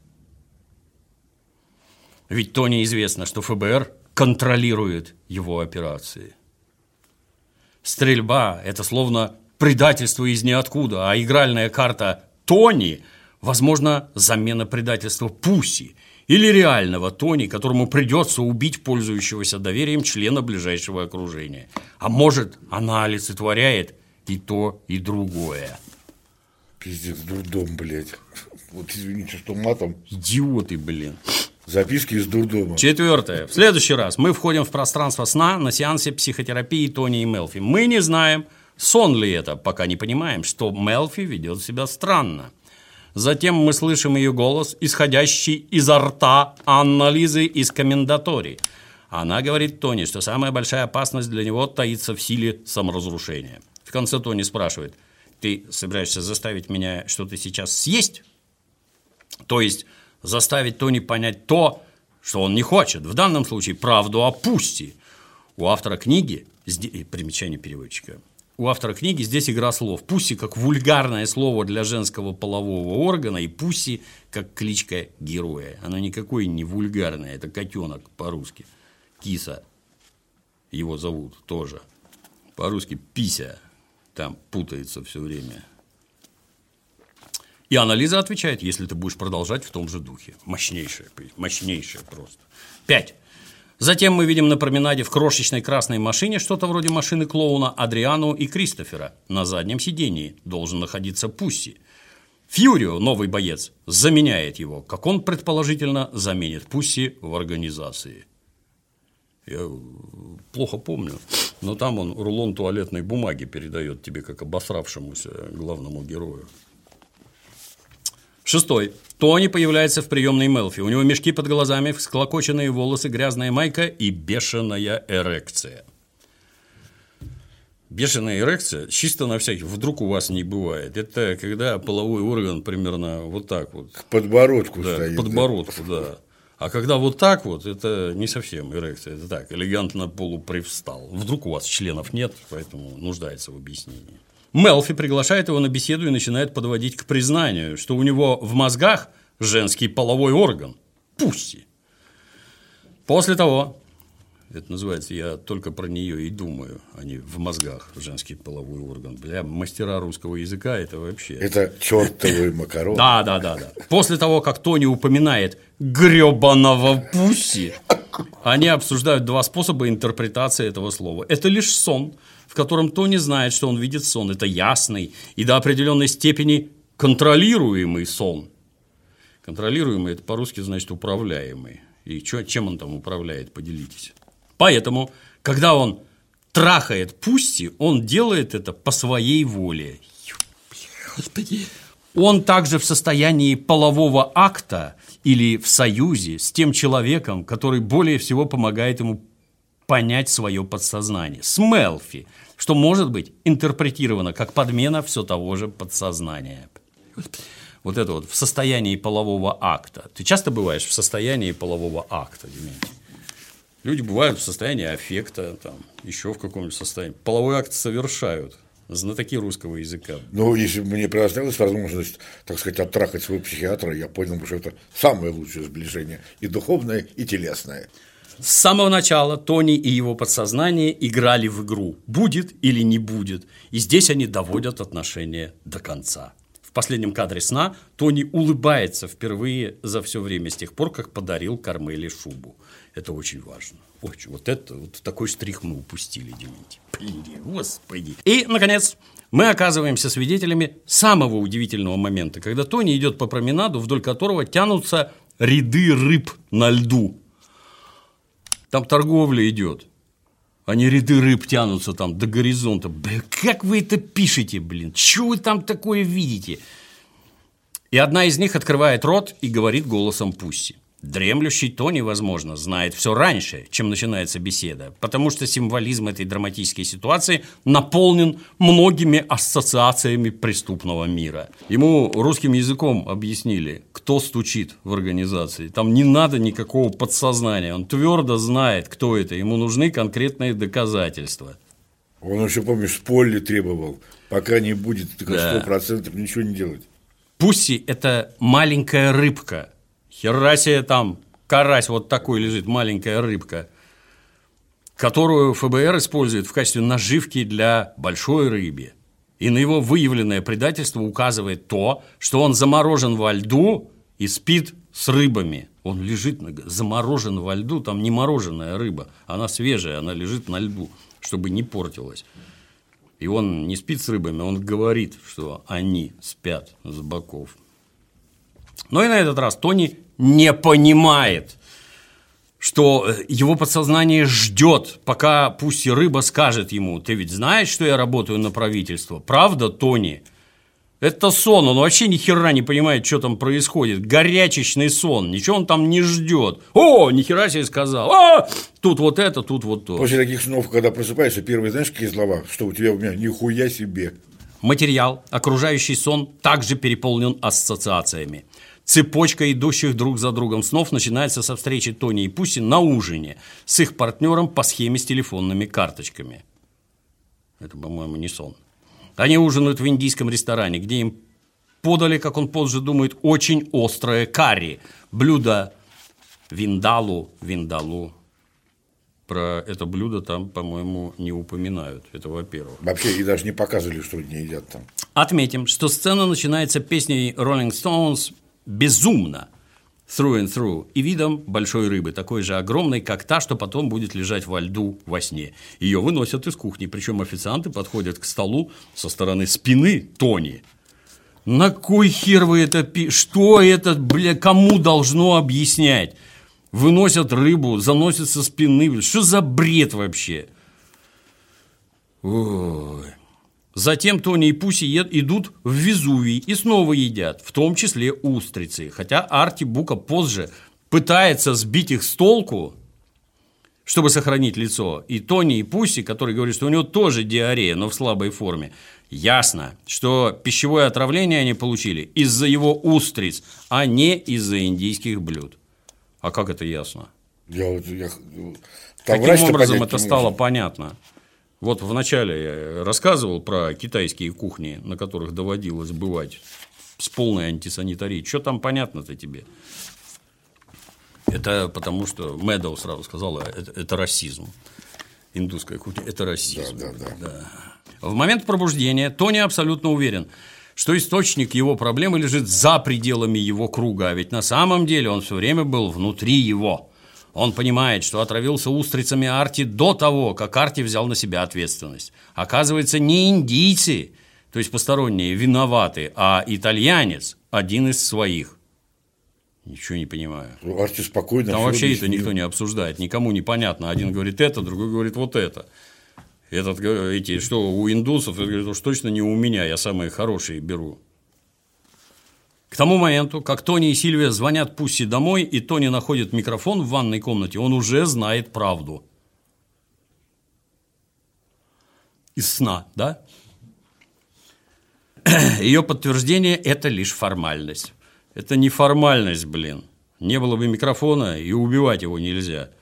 Ведь Тони известно, что ФБР контролирует его операции. Стрельба – это словно предательство из ниоткуда, а игральная карта Тони, возможно, замена предательства Пусси или реального Тони, которому придется убить пользующегося доверием члена ближайшего окружения. А может, она олицетворяет и то, и другое. Пиздец, дурдом, блядь. Вот извините, что матом. Идиоты, блин. Записки из дурдома. Четвертое. В следующий раз мы входим в пространство сна на сеансе психотерапии Тони и Мелфи. Мы не знаем, сон ли это, пока не понимаем, что Мелфи ведет себя странно. Затем мы слышим ее голос, исходящий изо рта Анна-Лизы из комендатории. Она говорит Тони, что самая большая опасность для него таится в силе саморазрушения. В конце Тони спрашивает: ты собираешься заставить меня что-то сейчас съесть? То есть заставить Тони понять то, что он не хочет. В данном случае правду о Пусси. У автора книги, примечание переводчика, у автора книги здесь игра слов. Пусси как вульгарное слово для женского полового органа, и Пусси как кличка героя. Она никакой не вульгарная, это котенок по-русски. Киса его зовут тоже. По-русски Пися, там путается все время. И Анна-Лиза отвечает: если ты будешь продолжать в том же духе. Мощнейшая, мощнейшая просто. Пять. Затем мы видим на променаде в крошечной красной машине, что-то вроде машины клоуна, Адриану и Кристофера. На заднем сидении должен находиться Пусси. Фьюрио, новый боец, заменяет его, как он предположительно заменит Пусси в организации. Я плохо помню, но там он рулон туалетной бумаги передает тебе как обосравшемуся главному герою. Шестой. Тони появляется в приемной Мелфи. У него мешки под глазами, всклокоченные волосы, грязная майка и бешеная эрекция. Бешеная эрекция, чисто на всякий, вдруг у вас не бывает. Это когда половой орган примерно вот так вот. К подбородку да, стоит. К подбородку, да. да. А когда вот так вот, это не совсем эрекция. Это так, элегантно полупривстал. Вдруг у вас членов нет, поэтому нуждается в объяснении. Мелфи приглашает его на беседу и начинает подводить к признанию, что у него в мозгах женский половой орган – Пусси. После того, это называется «я только про нее и думаю», а не в мозгах женский половой орган. Бля, мастера русского языка – это вообще… Это чертовый макарон. Да, да, да, да. После того, как Тони упоминает гребаного Пусси, они обсуждают два способа интерпретации этого слова. Это лишь сон, в котором Тони знает, что он видит сон. Это ясный и до определенной степени контролируемый сон. Контролируемый – это по-русски значит управляемый. И чё, чем он там управляет, поделитесь. Поэтому, когда он трахает Пусси, он делает это по своей воле. Господи. Он также в состоянии полового акта или в союзе с тем человеком, который более всего помогает ему понять свое подсознание, с Мелфи, что может быть интерпретировано как подмена все того же подсознания. Вот это вот в состоянии полового акта. Ты часто бываешь в состоянии полового акта, Дементий? Люди бывают в состоянии аффекта, там, еще в каком-нибудь состоянии. Половой акт совершают знатоки русского языка. Ну, если бы мне предоставилась возможность, так сказать, оттрахать своего психиатра, я понял бы, что это самое лучшее сближение, и духовное, и телесное. С самого начала Тони и его подсознание играли в игру, будет или не будет, и здесь они доводят отношения до конца. В последнем кадре сна Тони улыбается впервые за все время с тех пор, как подарил Кармеле шубу. Это очень важно. Очень. Вот это, вот такой штрих мы упустили, Дементий. Блин, господи. И, наконец, мы оказываемся свидетелями самого удивительного момента, когда Тони идет по променаду, вдоль которого тянутся ряды рыб на льду. Там торговля идет. Они ряды рыб тянутся там до горизонта. Блин, как вы это пишете, блин? Чего вы там такое видите? И одна из них открывает рот и говорит голосом Пусси. Дремлющий Тони, возможно, знает все раньше, чем начинается беседа, потому что символизм этой драматической ситуации наполнен многими ассоциациями преступного мира. Ему русским языком объяснили, кто стучит в организации. Там не надо никакого подсознания. Он твердо знает, кто это. Ему нужны конкретные доказательства. Он еще, помнишь, с Полли требовал, пока не будет сто процентов да. ничего не делать. Пусси – это маленькая рыбка. Хера себе там карась вот такой лежит, маленькая рыбка, которую эф бэ эр использует в качестве наживки для большой рыбы. И на его выявленное предательство указывает то, что он заморожен во льду и спит с рыбами. Он лежит заморожен во льду, там не мороженая рыба, она свежая, она лежит на льду, чтобы не портилась. И он не спит с рыбами, он говорит, что они спят с боков. Но и на этот раз Тони не понимает, что его подсознание ждет, пока пусть и рыба скажет ему: ты ведь знаешь, что я работаю на правительство? Правда, Тони? Это сон, он вообще ни хера не понимает, что там происходит. Горячечный сон, ничего он там не ждет. О, ни хера себе сказал. А, тут вот это, тут вот то. После таких снов, когда просыпаешься, первые, знаешь, какие слова? Что у тебя у меня? Нихуя себе. Материал, окружающий сон, также переполнен ассоциациями. Цепочка идущих друг за другом снов начинается со встречи Тони и Пусси на ужине с их партнером по схеме с телефонными карточками. Это, по-моему, не сон. Они ужинают в индийском ресторане, где им подали, как он позже думает, очень острое карри. Блюдо виндалу, виндалу. Про это блюдо там, по-моему, не упоминают. Это во-первых. Вообще, и даже не показывали, что они едят там. Отметим, что сцена начинается песней Rolling Stones «Безумно», «Through and Through», и видом большой рыбы, такой же огромной, как та, что потом будет лежать во льду во сне. Ее выносят из кухни, причем официанты подходят к столу со стороны спины Тони. На кой хер вы это пи... Что это, бля, кому должно объяснять? Выносят рыбу, заносят со спины. Что за бред вообще? Ой. Затем Тони и Пусси идут в Везувий и снова едят, в том числе устрицы. Хотя Арти Бука позже пытается сбить их с толку, чтобы сохранить лицо. И Тони и Пусси, который говорит, что у него тоже диарея, но в слабой форме. Ясно, что пищевое отравление они получили из-за его устриц, а не из-за индийских блюд. А как это ясно? Я, я, Каким образом это стало может. понятно? Вот вначале я рассказывал про китайские кухни, на которых доводилось бывать с полной антисанитарией. Что там понятно-то тебе? Это потому, что Мэдоу сразу сказала, это, это расизм. Индусская кухня – это расизм. Да, да, да. Да. В момент пробуждения Тони абсолютно уверен, что источник его проблемы лежит за пределами его круга, а ведь на самом деле он все время был внутри его. Он понимает, что отравился устрицами Арти до того, как Арти взял на себя ответственность. Оказывается, не индийцы, то есть посторонние, виноваты, а итальянец, один из своих. Ничего не понимаю. Арти спокойно. Там вообще это никто не обсуждает, никому не понятно. Один говорит это, другой говорит вот это. Этот, эти, что у индусов, это говорит, уж точно не у меня, я самые хорошие беру. К тому моменту, как Тони и Сильвия звонят Пусси домой, и Тони находит микрофон в ванной комнате, он уже знает правду. Из сна, да? Ее подтверждение – это лишь формальность. Это не формальность, блин. Не было бы микрофона, и убивать его нельзя.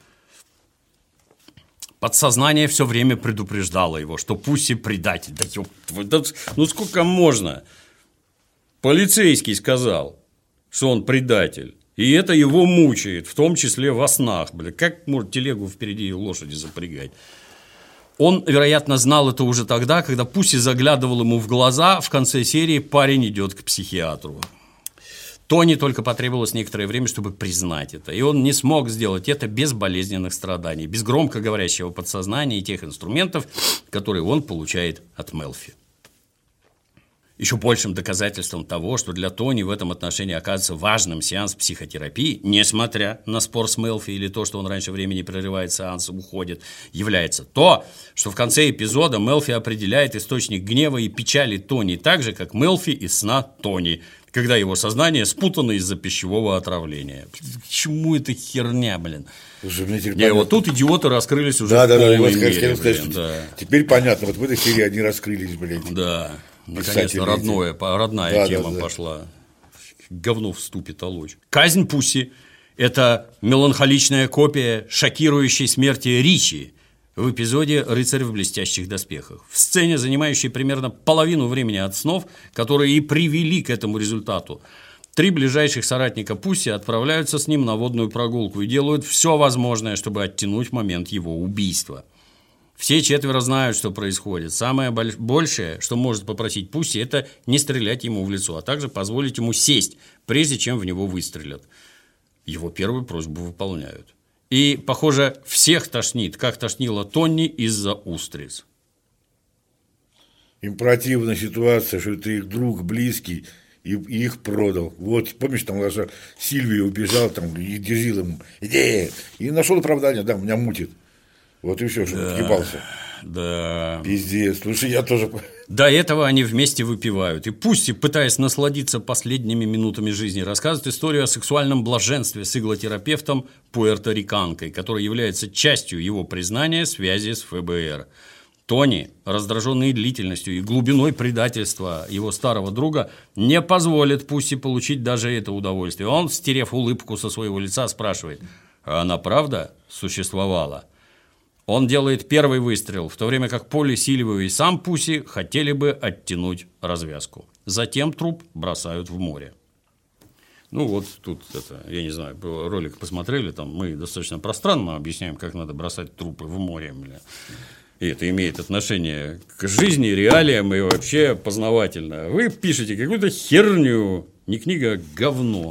Подсознание все время предупреждало его, что Пусси предатель. Да ёп, да, ну сколько можно? Полицейский сказал, что он предатель. И это его мучает, в том числе во снах. Бля, как может телегу впереди лошади запрягать? Он, вероятно, знал это уже тогда, когда Пусси заглядывал ему в глаза. В конце серии парень идет к психиатру. Тони только потребовалось некоторое время, чтобы признать это. И он не смог сделать это без болезненных страданий, без громко говорящего подсознания и тех инструментов, которые он получает от Мелфи. Еще большим доказательством того, что для Тони в этом отношении оказывается важным сеанс психотерапии, несмотря на спор с Мелфи или то, что он раньше времени прерывает сеанс, уходит, является то, что в конце эпизода Мелфи определяет источник гнева и печали Тони так же, как Мелфи из сна Тони, когда его сознание спутано из-за пищевого отравления. К чему эта херня, блин? Слушай, мне теперь Не, понятно. вот тут идиоты раскрылись уже да, в да, полной да, да, мере. сказать, сказать, Блин, да. Теперь понятно, вот в этой серии они раскрылись, блядь. Да. Наконец-то родное, родная да, тема да, да. пошла. Говно в ступе толочь. Казнь Пусси – это меланхоличная копия шокирующей смерти Ричи в эпизоде «Рыцарь в блестящих доспехах». В сцене, занимающей примерно половину времени от снов, которые и привели к этому результату. Три ближайших соратника Пусси отправляются с ним на водную прогулку и делают все возможное, чтобы оттянуть момент его убийства. Все четверо знают, что происходит. Самое большее, что может попросить Пусси, это не стрелять ему в лицо, а также позволить ему сесть, прежде чем в него выстрелят. Его первую просьбу выполняют. И, похоже, всех тошнит, как тошнило Тони из-за устриц. Им противна ситуация, что это их друг близкий, и, и их продал. Вот, помнишь, там наша Сильвия убежал, там, и дерзил ему, иди, и нашел оправдание, да, меня мутит. Вот и все, что да, отъебался. Да. Пиздец. Слушай, я тоже. До этого они вместе выпивают. И Пусси, пытаясь насладиться последними минутами жизни, рассказывает историю о сексуальном блаженстве с иглотерапевтом пуэрториканкой, которая является частью его признания связи с эф бэ эр. Тони, раздраженный длительностью и глубиной предательства его старого друга, не позволит Пусси получить даже это удовольствие. Он, стерев улыбку со своего лица, спрашивает: а она правда существовала? Он делает первый выстрел, в то время как Полли, Сильвию и сам Пусси хотели бы оттянуть развязку. Затем труп бросают в море. Ну вот тут, это, я не знаю, ролик посмотрели, там мы достаточно пространно объясняем, как надо бросать трупы в море. Бля. И это имеет отношение к жизни, реалиям и вообще познавательно. Вы пишете какую-то херню, не книга, а говно.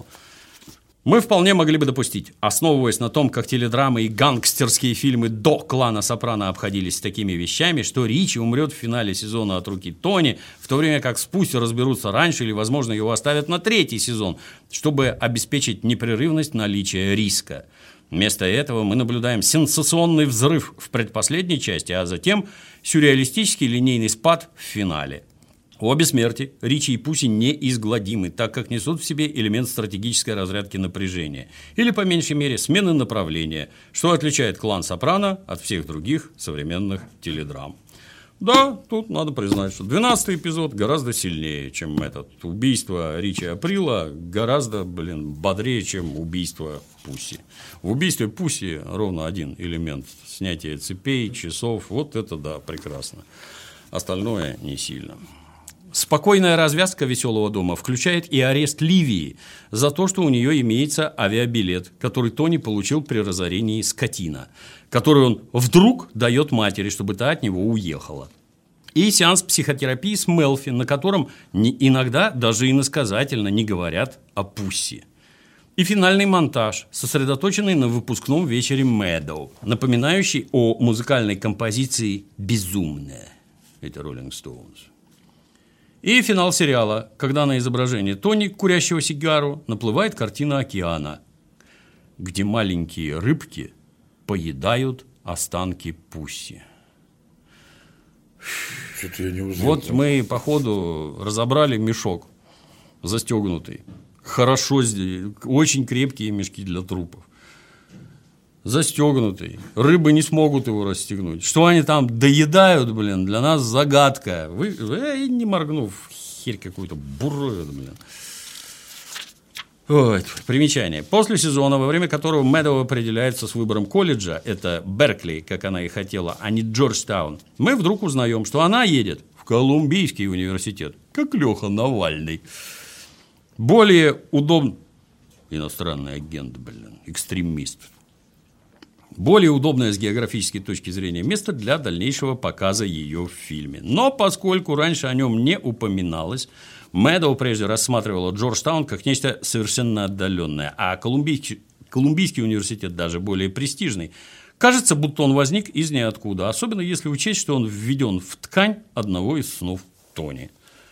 Мы вполне могли бы допустить, основываясь на том, как теледрамы и гангстерские фильмы до «Клана Сопрано» обходились с такими вещами, что Ричи умрет в финале сезона от руки Тони, в то время как с Пусси разберутся раньше или, возможно, его оставят на третий сезон, чтобы обеспечить непрерывность наличия риска. Вместо этого мы наблюдаем сенсационный взрыв в предпоследней части, а затем сюрреалистический линейный спад в финале. Обе смерти, Ричи и Пусси, неизгладимы, так как несут в себе элемент стратегической разрядки напряжения, или, по меньшей мере, смены направления, что отличает «Клан Сопрано» от всех других современных теледрам. Да, тут надо признать, что двенадцатый эпизод гораздо сильнее, чем этот. Убийство Ричи Априла гораздо, блин, бодрее, чем убийство Пусси. В убийстве Пусси ровно один элемент – снятие цепей, часов. Вот это да, прекрасно. Остальное не сильно. Спокойная развязка «Веселого дома» включает и арест Ливии за то, что у нее имеется авиабилет, который Тони получил при разорении скотина, который он вдруг дает матери, чтобы та от него уехала. И сеанс психотерапии с Мелфи, на котором не, иногда даже иносказательно не говорят о Пусси. И финальный монтаж, сосредоточенный на выпускном вечере Мэдоу, напоминающий о музыкальной композиции «Безумная». Это Rolling Stones. И финал сериала, когда на изображении Тони, курящего сигару, наплывает картина океана, где маленькие рыбки поедают останки Пусси. Что-то я не узнал. Вот мы, по ходу, разобрали мешок застегнутый. Хорошо, очень крепкие мешки для трупов. Застегнутый. Рыбы не смогут его расстегнуть. Что они там доедают, блин, для нас загадка. Вы, э, не моргнув, херь какую-то буруют, блин. Вот. Примечание. После сезона, во время которого Мэдоу определяется с выбором колледжа, это Беркли, как она и хотела, а не Джорджтаун, мы вдруг узнаем, что она едет в Колумбийский университет, как Леха Навальный. Более удобно... Иностранный агент, блин, экстремист. Более удобное с географической точки зрения место для дальнейшего показа ее в фильме. Но поскольку раньше о нем не упоминалось, Мэдоу прежде рассматривала Джорджтаун как нечто совершенно отдаленное, а Колумбийский, Колумбийский университет даже более престижный. Кажется, будто он возник из ниоткуда, особенно если учесть, что он введен в ткань одного из снов Тони.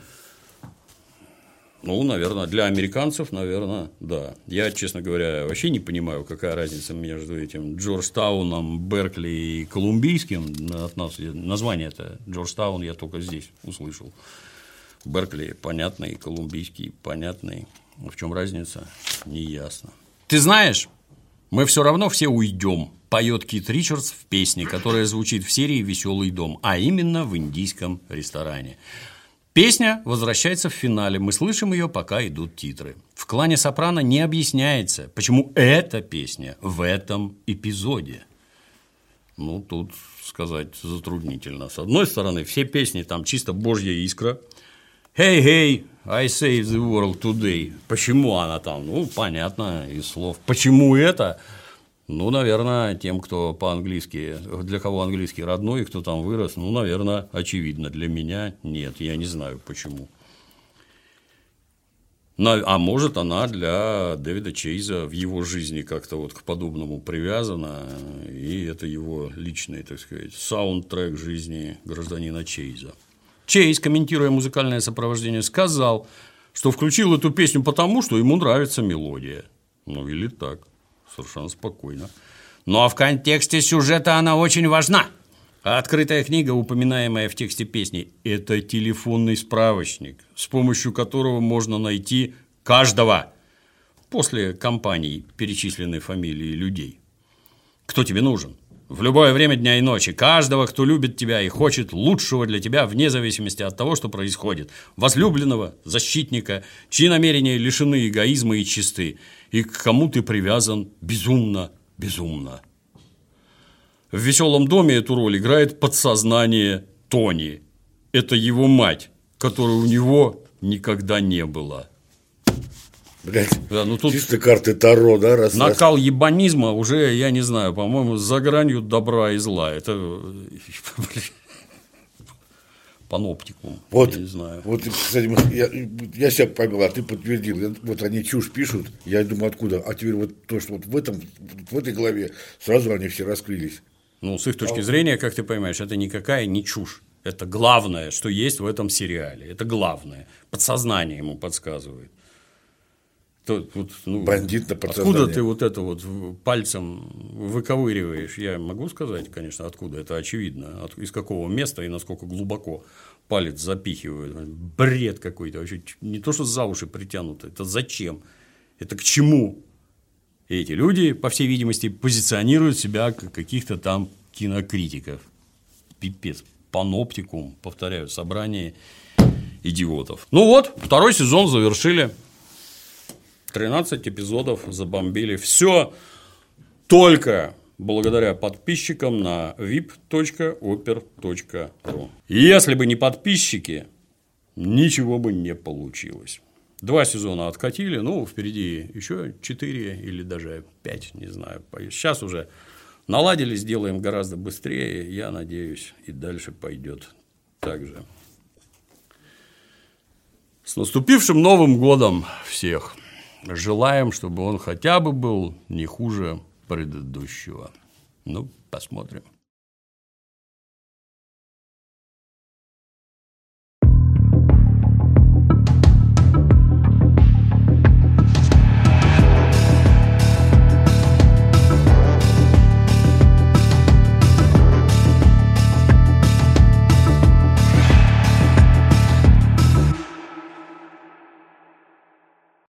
Ну, наверное, для американцев, наверное, да. Я, честно говоря, вообще не понимаю, какая разница между этим Джорджтауном, Беркли и Колумбийским. От нас название-то Джорджтаун я только здесь услышал. Беркли понятный, Колумбийский понятный. В чем разница? Неясно. Ты знаешь, мы все равно все уйдем, поет Кит Ричардс в песне, которая звучит в серии «Веселый дом», а именно в индийском ресторане. Песня возвращается в финале, мы слышим ее, пока идут титры. В «Клане Сопрано» не объясняется, почему эта песня в этом эпизоде. Ну, тут сказать затруднительно. С одной стороны, все песни там чисто божья искра. «Hey, hey, I save the world today». Почему она там? Ну, понятно из слов. Почему это? Ну, наверное, тем, кто по-английски, для кого английский родной, кто там вырос, ну, наверное, очевидно. Для меня нет, я не знаю, почему. А может, она для Дэвида Чейза в его жизни как-то вот к подобному привязана, и это его личный, так сказать, саундтрек жизни гражданина Чейза. Чейз, комментируя музыкальное сопровождение, сказал, что включил эту песню потому, что ему нравится мелодия. Ну, или так. Совершенно спокойно. Ну, а в контексте сюжета она очень важна. А открытая книга, упоминаемая в тексте песни, это телефонный справочник, с помощью которого можно найти каждого после компаний перечисленной фамилии людей. Кто тебе нужен? В любое время дня и ночи. Каждого, кто любит тебя и хочет лучшего для тебя, вне зависимости от того, что происходит. Возлюбленного, защитника, чьи намерения лишены эгоизма и чисты, и к кому ты привязан безумно, безумно. В «Веселом доме» эту роль играет подсознание Тони. Это его мать, которой у него никогда не было. Блядь, да, ну тут чисто карты Таро, да? Раз, накал ебанизма уже, я не знаю, по-моему, за гранью добра и зла. Это паноптикум, вот, я не знаю. Вот, кстати, я, я себя поймал, а ты подтвердил. Вот они чушь пишут, я думаю, откуда? А теперь вот то, что вот в, этом, в этой главе сразу они все раскрылись. Ну, с их точки а зрения, как ты понимаешь, это никакая не чушь. Это главное, что есть в этом сериале. Это главное. Подсознание ему подсказывает. То, вот, ну, бандит на подсознание. Откуда ты вот это вот пальцем выковыриваешь? Я могу сказать, конечно, откуда. Это очевидно. От, из какого места и насколько глубоко палец запихивают. Бред какой-то. Вообще не то, что за уши притянуто. Это зачем? Это к чему? И эти люди, по всей видимости, позиционируют себя как каких-то там кинокритиков. Пипец. Паноптикум, повторяю, собрание идиотов. Ну вот, второй сезон завершили. тринадцать эпизодов забомбили. Все только благодаря подписчикам на вип точка опер точка ру. Если бы не подписчики, ничего бы не получилось. Два сезона откатили, ну, впереди еще четыре или даже пять, не знаю. Сейчас уже наладили, сделаем гораздо быстрее. Я надеюсь, и дальше пойдет так же. С наступившим Новым годом всех! Желаем, чтобы он хотя бы был не хуже предыдущего. Ну, посмотрим.